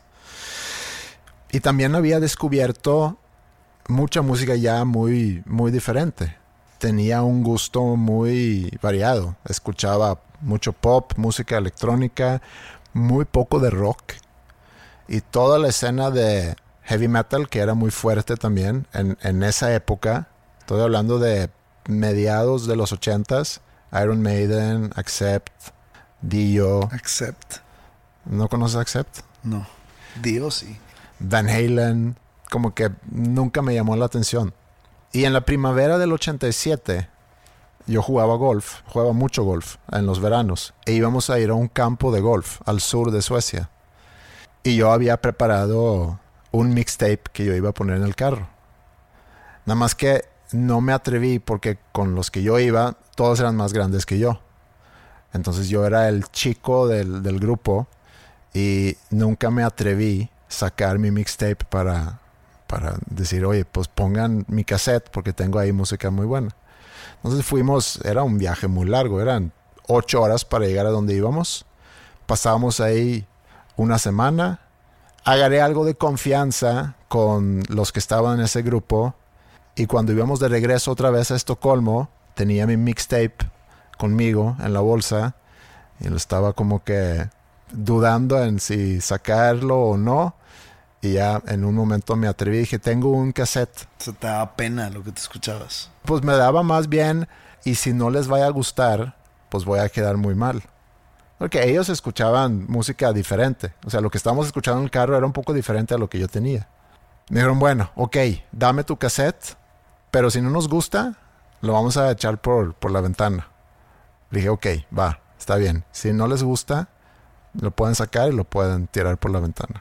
Y también había descubierto mucha música ya muy, muy diferente. Tenía un gusto muy variado. Escuchaba mucho pop, música electrónica, muy poco de rock. Y toda la escena de heavy metal, que era muy fuerte también en esa época. Estoy hablando de mediados de los 80s. Iron Maiden, Accept, Dio. Accept. ¿No conoces Accept? No. Dio sí. Van Halen. Como que nunca me llamó la atención. Y en la primavera del 87 yo jugaba mucho golf en los veranos. E íbamos a ir a un campo de golf al sur de Suecia. Y yo había preparado un mixtape que yo iba a poner en el carro. Nada más que no me atreví porque con los que yo iba, todos eran más grandes que yo. Entonces yo era el chico del grupo y nunca me atreví a sacar mi mixtape para decir, oye, pues pongan mi cassette porque tengo ahí música muy buena. Entonces fuimos, era un viaje muy largo, eran 8 horas para llegar a donde íbamos. Pasábamos ahí una semana. Agarré algo de confianza con los que estaban en ese grupo y cuando íbamos de regreso otra vez a Estocolmo, tenía mi mixtape conmigo en la bolsa y lo estaba como que dudando en si sacarlo o no. Y ya en un momento me atreví y dije, tengo un cassette. ¿Se te daba pena lo que te escuchabas? Pues me daba más bien, y si no les vaya a gustar, pues voy a quedar muy mal. Porque ellos escuchaban música diferente. O sea, lo que estábamos escuchando en el carro era un poco diferente a lo que yo tenía. Me dijeron, bueno, ok, dame tu cassette, pero si no nos gusta, lo vamos a echar por la ventana. Le dije, ok, va, está bien. Si no les gusta, lo pueden sacar y lo pueden tirar por la ventana.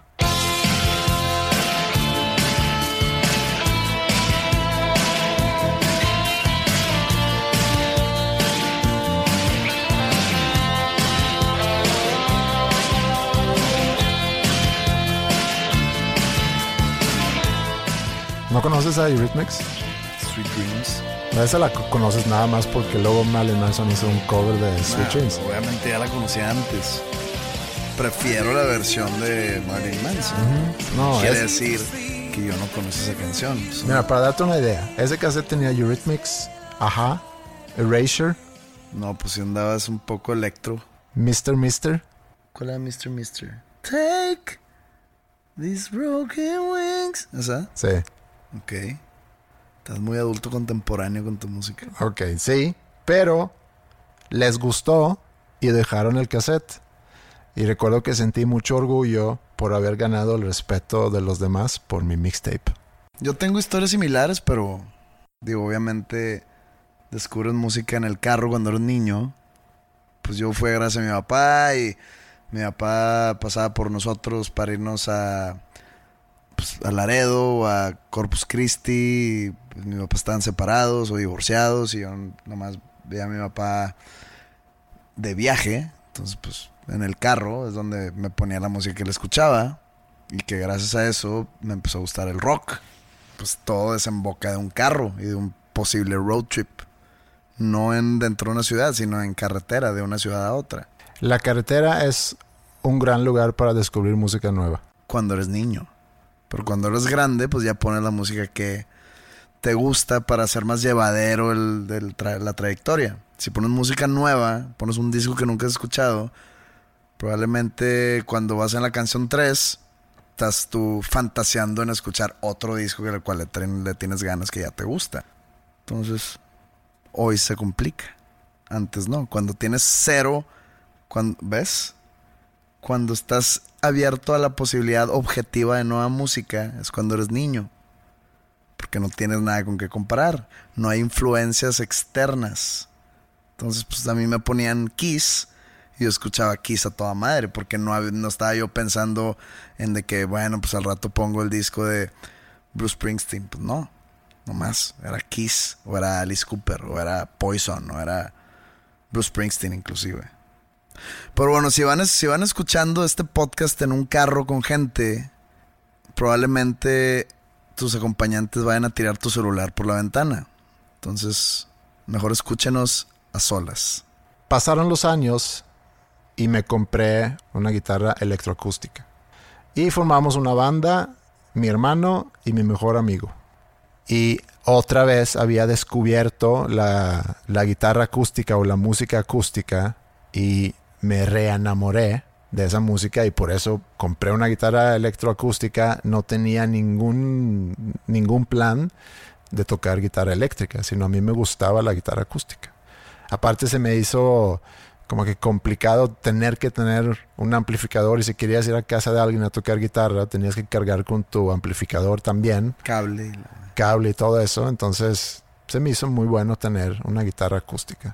¿No conoces a Eurythmics? Sweet Dreams. A esa la conoces nada más porque luego Marilyn Manson hizo un cover de Sweet Dreams. Obviamente ya la conocía antes. Prefiero la versión de Marilyn Manson. No, quiere decir que yo no conozco esa canción. Mira, para darte una idea, ese cassette tenía Eurythmics, Ajá, Erasure. No, pues si andabas un poco electro. Mr. ¿Cuál era Mr.? Take these broken wings. ¿Esa? Sí. Ok. Estás muy adulto contemporáneo con tu música. Ok, sí. Pero les gustó y dejaron el cassette. Y recuerdo que sentí mucho orgullo por haber ganado el respeto de los demás por mi mixtape. Yo tengo historias similares, pero digo, obviamente descubres música en el carro cuando eres niño. Pues yo fui gracias a mi papá y mi papá pasaba por nosotros para irnos a Laredo, a Corpus Christi. Pues mis papás estaban separados o divorciados y yo nomás veía a mi papá de viaje. Entonces, pues en el carro es donde me ponía la música que él escuchaba y que gracias a eso me empezó a gustar el rock. Pues todo desemboca de un carro y de un posible road trip. No dentro de una ciudad, sino en carretera de una ciudad a otra. La carretera es un gran lugar para descubrir música nueva. Cuando eres niño. Pero cuando eres grande, pues ya pones la música que te gusta para hacer más llevadero la trayectoria. Si pones música nueva, pones un disco que nunca has escuchado, probablemente cuando vas en la canción 3, estás tú fantaseando en escuchar otro disco que al cual le tienes ganas, que ya te gusta. Entonces, hoy se complica. Antes no. Cuando tienes cero, ¿ves? Cuando estás abierto a la posibilidad objetiva de nueva música, es cuando eres niño. Porque no tienes nada con qué comparar. No hay influencias externas. Entonces, pues a mí me ponían Kiss y yo escuchaba Kiss a toda madre, porque no estaba yo pensando en de que, bueno, pues al rato pongo el disco de Bruce Springsteen. Pues no, nomás era Kiss, o era Alice Cooper, o era Poison, o era Bruce Springsteen inclusive. Pero bueno, si van escuchando este podcast en un carro con gente, probablemente tus acompañantes vayan a tirar tu celular por la ventana. Entonces, mejor escúchenos a solas. Pasaron los años y me compré una guitarra electroacústica. Y formamos una banda, mi hermano y mi mejor amigo. Y otra vez había descubierto la guitarra acústica o la música acústica y me reenamoré de esa música y por eso compré una guitarra electroacústica. No tenía ningún plan de tocar guitarra eléctrica, sino a mí me gustaba la guitarra acústica. Aparte se me hizo como que complicado tener que tener un amplificador, y si querías ir a casa de alguien a tocar guitarra tenías que cargar con tu amplificador también. Cable y todo eso. Entonces se me hizo muy bueno tener una guitarra acústica.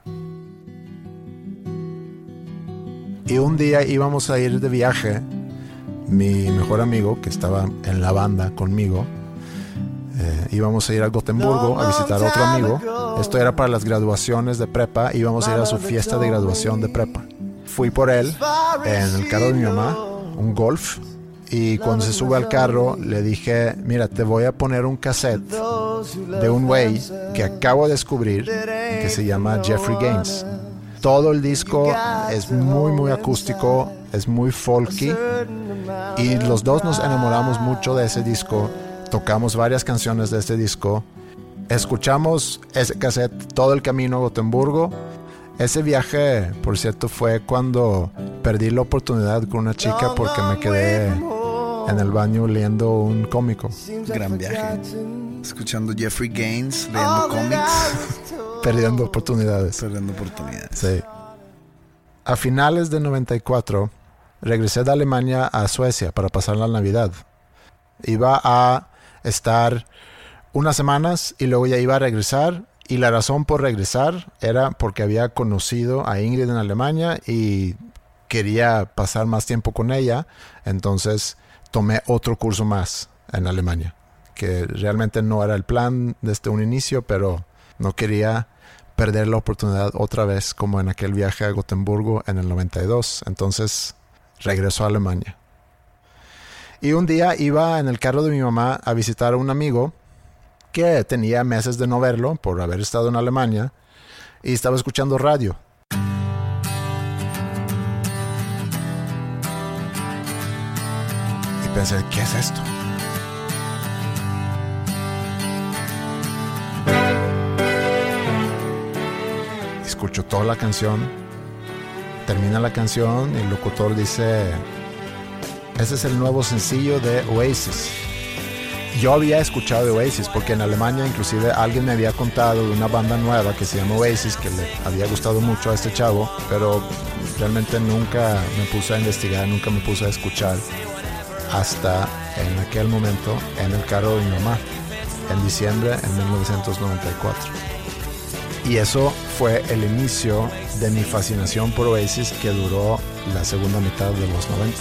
Y un día íbamos a ir de viaje, mi mejor amigo que estaba en la banda conmigo, íbamos a ir a Gotemburgo a visitar a otro amigo. Esto era para las graduaciones de prepa. Íbamos a ir a su fiesta de graduación de prepa. Fui por él en el carro de mi mamá, un Golf. Y cuando se sube al carro le dije, mira, te voy a poner un cassette de un güey que acabo de descubrir que se llama Jeffrey Gaines. Todo el disco es muy acústico, es muy folky. Y los dos nos enamoramos mucho de ese disco. Tocamos varias canciones de este disco. Escuchamos ese cassette todo el camino a Gotemburgo. Ese viaje, por cierto, fue cuando perdí la oportunidad con una chica porque me quedé en el baño leyendo un cómico. Gran viaje. Escuchando Jeffrey Gaines, leyendo cómics. Perdiendo oportunidades. Sí. A finales de 94, regresé de Alemania a Suecia para pasar la Navidad. Iba a estar unas semanas y luego ya iba a regresar. Y la razón por regresar era porque había conocido a Ingrid en Alemania y quería pasar más tiempo con ella. Entonces tomé otro curso más en Alemania, que realmente no era el plan desde un inicio, pero no quería perder la oportunidad otra vez como en aquel viaje a Gotemburgo en el 92. Entonces regresó a Alemania. Y un día iba en el carro de mi mamá a visitar a un amigo que tenía meses de no verlo por haber estado en Alemania y estaba escuchando radio. Y pensé, ¿qué es esto? Escucho toda la canción, termina la canción y el locutor dice, ese es el nuevo sencillo de Oasis. Yo había escuchado de Oasis porque en Alemania inclusive alguien me había contado de una banda nueva que se llama Oasis que le había gustado mucho a este chavo, pero realmente nunca me puse a investigar, nunca me puse a escuchar hasta en aquel momento en el carro de mi mamá en diciembre de 1994. Y eso fue el inicio de mi fascinación por Oasis, que duró la segunda mitad de los 90.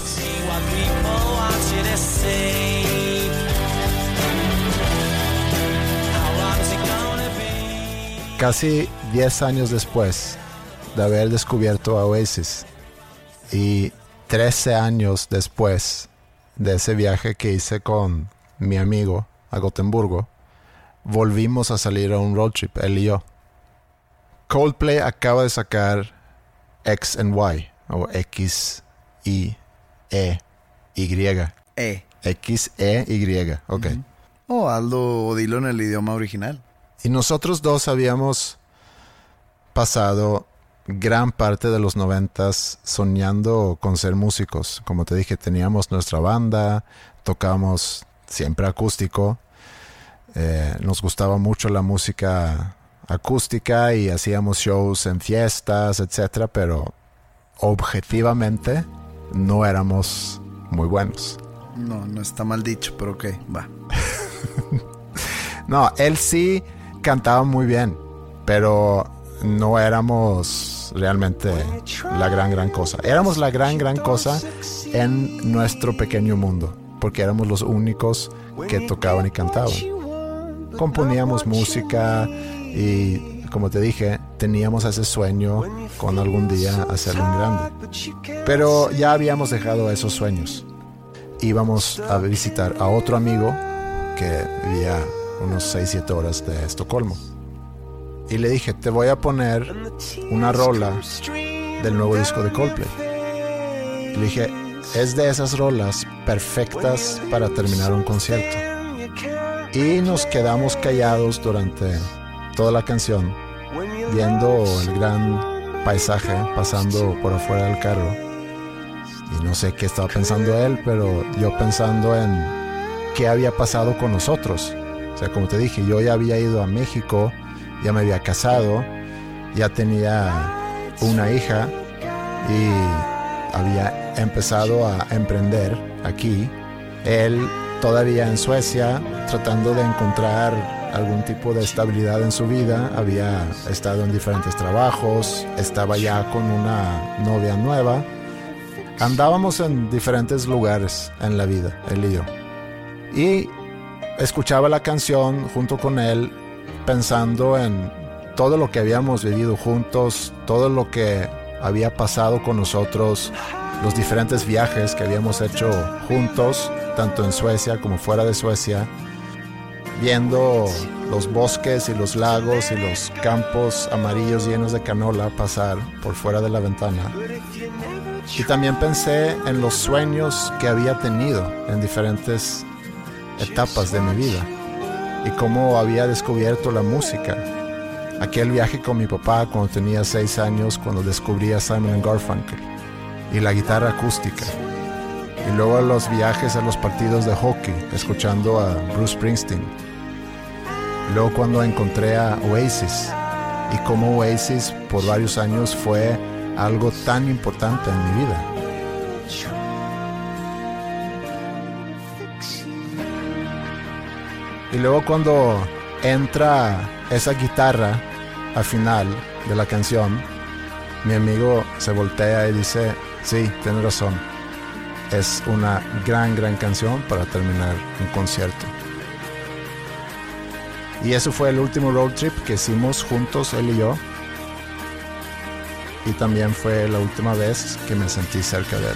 Casi 10 años después de haber descubierto a Oasis y 13 años después de ese viaje que hice con mi amigo a Gotemburgo, volvimos a salir a un road trip, él y yo. Coldplay acaba de sacar X and Y, o X, Y, E, Y. X, E, Y, ok. O hazlo o dilo en el idioma original. Y nosotros dos habíamos pasado gran parte de los 90s soñando con ser músicos. Como te dije, teníamos nuestra banda, tocábamos siempre acústico. Nos gustaba mucho la música acústica y hacíamos shows en fiestas, etcétera, pero objetivamente no éramos muy buenos. No está mal dicho, pero ok, va. No, él sí cantaba muy bien, pero no éramos realmente la gran cosa. Éramos la gran cosa en nuestro pequeño mundo, porque éramos los únicos que tocaban y cantaban. Componíamos música y, como te dije, teníamos ese sueño con algún día hacerlo en grande. Pero ya habíamos dejado esos sueños. Íbamos a visitar a otro amigo que vivía unos 6-7 horas de Estocolmo. Y le dije, te voy a poner una rola del nuevo disco de Coldplay. Le dije, es de esas rolas perfectas para terminar un concierto. Y nos quedamos callados durante toda la canción, viendo el gran paisaje pasando por afuera del carro. Y no sé qué estaba pensando él, pero yo pensando en qué había pasado con nosotros. O sea, como te dije, yo ya había ido a México, ya me había casado, ya tenía una hija y había empezado a emprender aquí. Él todavía en Suecia, tratando de encontrar algún tipo de estabilidad en su vida. Había estado en diferentes trabajos, estaba ya con una novia nueva. Andábamos en diferentes lugares en la vida, él y yo. Y escuchaba la canción junto con él, pensando en todo lo que habíamos vivido juntos, todo lo que había pasado con nosotros, los diferentes viajes que habíamos hecho juntos, tanto en Suecia como fuera de Suecia, viendo los bosques y los lagos y los campos amarillos llenos de canola pasar por fuera de la ventana. Y también pensé en los sueños que había tenido en diferentes etapas de mi vida y cómo había descubierto la música. Aquel viaje con mi papá cuando tenía 6 años, cuando descubrí a Simon & Garfunkel y la guitarra acústica. Y luego los viajes a los partidos de hockey, escuchando a Bruce Springsteen. Y luego cuando encontré a Oasis y cómo Oasis por varios años fue algo tan importante en mi vida. Y luego cuando entra esa guitarra al final de la canción, mi amigo se voltea y dice, sí, tienes razón, es una gran canción para terminar un concierto. Y eso fue el último road trip que hicimos juntos, él y yo. Y también fue la última vez que me sentí cerca de él.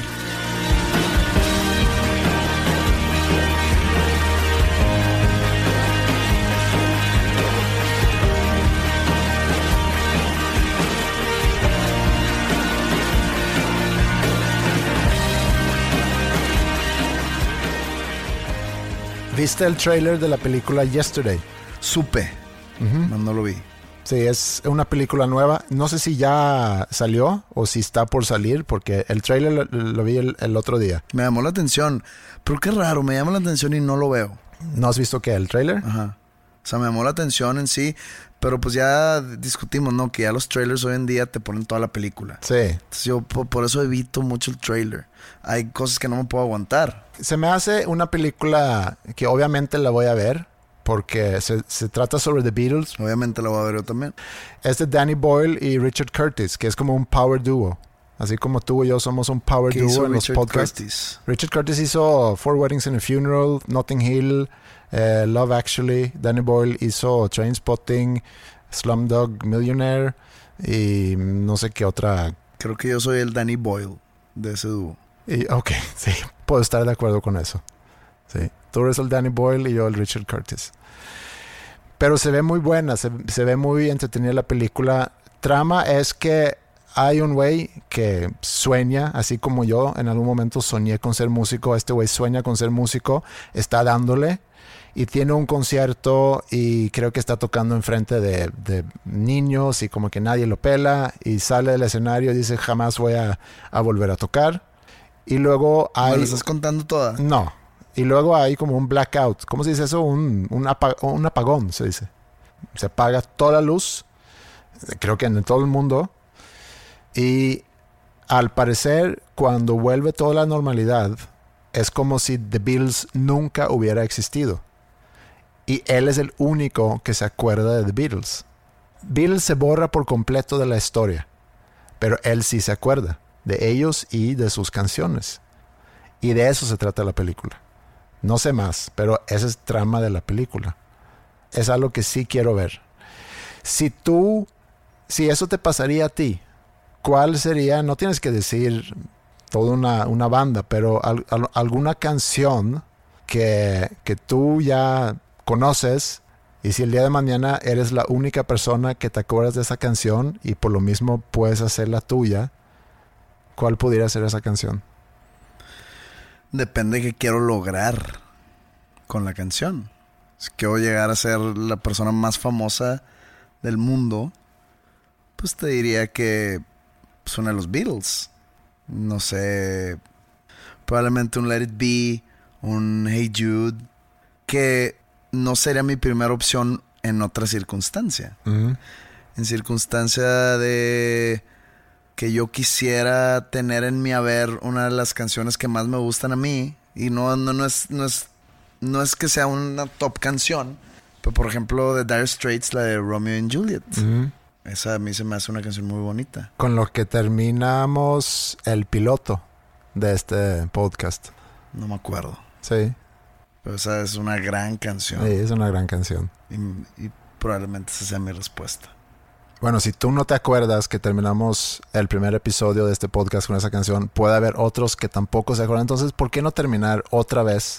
¿Viste el trailer de la película Yesterday? Supe, no lo vi. Sí, es una película nueva. No sé si ya salió o si está por salir, porque el trailer lo vi el otro día. Me llamó la atención, pero qué raro, me llama la atención y no lo veo. ¿No has visto qué? ¿El trailer? Ajá. O sea, me llamó la atención en sí, pero pues ya discutimos, ¿no? Que ya los trailers hoy en día te ponen toda la película. Sí. Entonces yo por eso evito mucho el trailer. Hay cosas que no me puedo aguantar. Se me hace una película que obviamente la voy a ver, porque se trata sobre The Beatles. Obviamente la voy a ver yo también. Es de Danny Boyle y Richard Curtis, que es como un power duo. Así como tú y yo somos un power duo en los podcasts. Richard Curtis hizo Four Weddings and a Funeral, Notting Hill, Love Actually. Danny Boyle hizo Trainspotting, Slumdog Millionaire y no sé qué otra. Creo que yo soy el Danny Boyle de ese dúo. Ok, sí, puedo estar de acuerdo con eso. Sí, tú eres el Danny Boyle y yo el Richard Curtis. Pero se ve muy buena, se ve muy entretenida la película. Trama es que hay un güey que sueña, así como yo en algún momento soñé con ser músico. Este güey sueña con ser músico, está dándole y tiene un concierto y creo que está tocando enfrente de niños y como que nadie lo pela y sale del escenario y dice jamás voy a volver a tocar. Y luego hay... ¿Me lo estás contando toda? No. Y luego hay como un blackout. ¿Cómo se dice eso? Un apagón, se dice. Se apaga toda la luz, creo que en todo el mundo. Y al parecer, cuando vuelve toda la normalidad, es como si The Beatles nunca hubiera existido. Y él es el único que se acuerda de The Beatles. Beatles se borra por completo de la historia, pero él sí se acuerda de ellos y de sus canciones. Y de eso se trata la película. No sé más, pero ese es el trama de la película. Es algo que sí quiero ver. Si eso te pasaría a ti, ¿cuál sería? No tienes que decir toda una banda, pero alguna canción que tú ya conoces, y si el día de mañana eres la única persona que te acuerdas de esa canción y por lo mismo puedes hacer la tuya, ¿cuál pudiera ser esa canción? Depende de qué quiero lograr con la canción. Si quiero llegar a ser la persona más famosa del mundo, pues te diría que suena a los Beatles. No sé, probablemente un Let It Be, un Hey Jude, que no sería mi primera opción en otra circunstancia. Uh-huh. En circunstancia de que yo quisiera tener en mi haber una de las canciones que más me gustan a mí, y no es que sea una top canción, pero por ejemplo de Dire Straits, la de Romeo and Juliet. Uh-huh. Esa a mí se me hace una canción muy bonita. Con lo que terminamos el piloto de este podcast. No me acuerdo. Sí. Pero esa es una gran canción. Sí, es una gran canción. Y probablemente esa sea mi respuesta. Bueno, si tú no te acuerdas que terminamos el primer episodio de este podcast con esa canción, puede haber otros que tampoco se acuerdan. Entonces, ¿por qué no terminar otra vez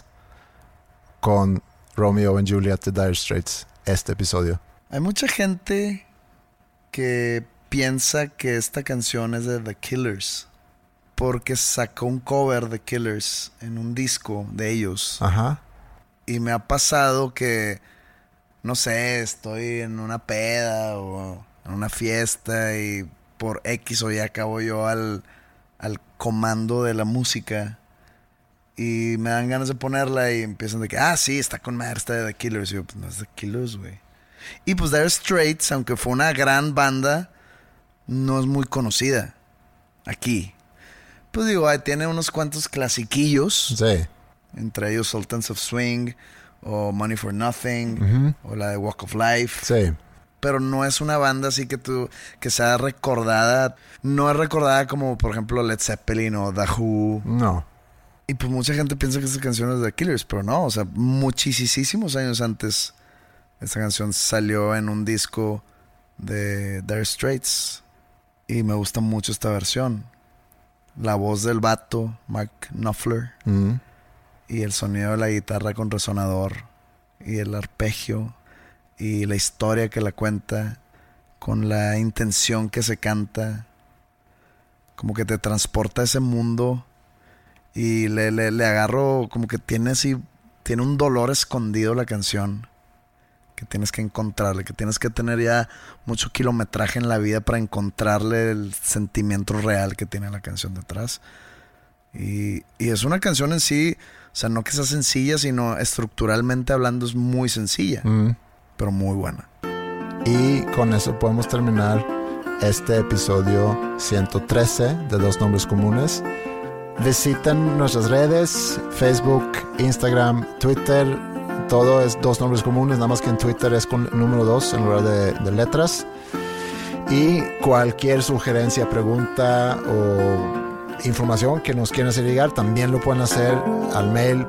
con Romeo and Juliet de Dire Straits este episodio? Hay mucha gente que piensa que esta canción es de The Killers porque sacó un cover de Killers en un disco de ellos. Ajá. Y me ha pasado que, no sé, estoy en una peda o en una fiesta y por X o Y acabo yo al comando de la música y me dan ganas de ponerla y empiezan de que, sí, está con madre, está de The Killers. Y yo, pues no es The Killers, güey. Y pues Dire Straits, aunque fue una gran banda, no es muy conocida aquí. Pues digo, tiene unos cuantos clasiquillos. Sí. Entre ellos Sultans of Swing o Money for Nothing, uh-huh, o la de Walk of Life. Sí. Pero no es una banda así que sea recordada. No es recordada como, por ejemplo, Led Zeppelin o The Who. No. Y pues mucha gente piensa que esta canción es de The Killers, pero no. O sea, muchísimos años antes, esta canción salió en un disco de Dire Straits. Y me gusta mucho esta versión. La voz del vato, Mark Knopfler. Uh-huh. Y el sonido de la guitarra con resonador. Y el arpegio. Y la historia que la cuenta. Con la intención que se canta. Como que te transporta a ese mundo. Y le agarro. Como que tiene un dolor escondido la canción. Que tienes que encontrarle. Que tienes que tener ya mucho kilometraje en la vida para encontrarle el sentimiento real que tiene la canción detrás. Y es una canción en sí, o sea, no que sea sencilla, sino estructuralmente hablando es muy sencilla, pero muy buena. Y con eso podemos terminar este episodio 113 de Dos Nombres Comunes. Visiten nuestras redes, Facebook, Instagram, Twitter. Todo es Dos Nombres Comunes, nada más que en Twitter es con el número 2 en lugar de letras. Y cualquier sugerencia, pregunta o información que nos quieran hacer llegar, también lo pueden hacer al mail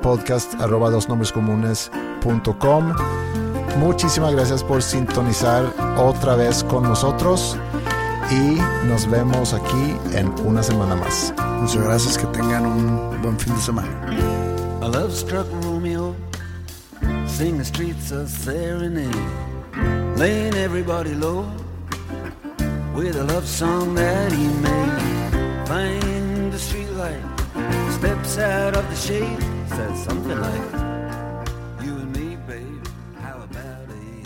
podcast@dosnombrescomunes.com. Muchísimas gracias por sintonizar otra vez con nosotros y nos vemos aquí en una semana más. Muchas gracias, que tengan un buen fin de semana. A love struck Romeo, sing the streets a serenade, laying everybody low. with a love song that he made. Find the streetlight, steps out of the shade, says something like, you and me, babe, how about it?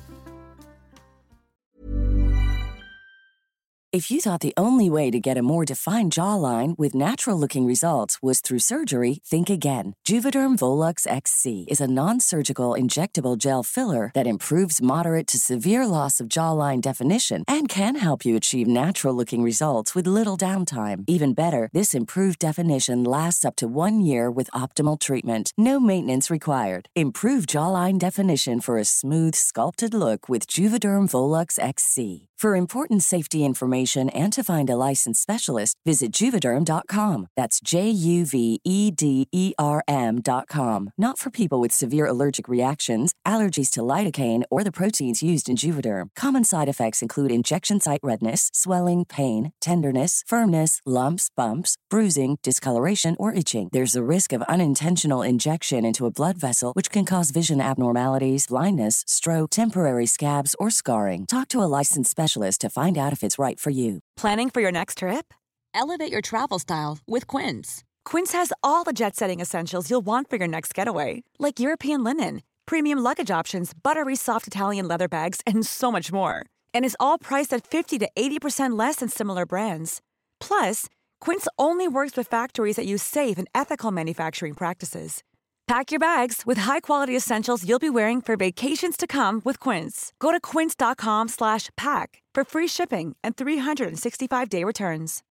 If you thought the only way to get a more defined jawline with natural-looking results was through surgery, think again. Juvederm Volux XC is a non-surgical injectable gel filler that improves moderate to severe loss of jawline definition and can help you achieve natural-looking results with little downtime. Even better, this improved definition lasts up to 1 year with optimal treatment. No maintenance required. Improve jawline definition for a smooth, sculpted look with Juvederm Volux XC. For important safety information and to find a licensed specialist, visit Juvederm.com. That's JUVEDERM.com. Not for people with severe allergic reactions, allergies to lidocaine, or the proteins used in Juvederm. Common side effects include injection site redness, swelling, pain, tenderness, firmness, lumps, bumps, bruising, discoloration, or itching. There's a risk of unintentional injection into a blood vessel, which can cause vision abnormalities, blindness, stroke, temporary scabs, or scarring. Talk to a licensed specialist to find out if it's right for you. Planning for your next trip? Elevate your travel style with Quince. Quince has all the jet-setting essentials you'll want for your next getaway, like European linen, premium luggage options, buttery soft Italian leather bags, and so much more. And is all priced at 50 to 80% less than similar brands. Plus, Quince only works with factories that use safe and ethical manufacturing practices. Pack your bags with high-quality essentials you'll be wearing for vacations to come with Quince. Go to quince.com/pack for free shipping and 365-day returns.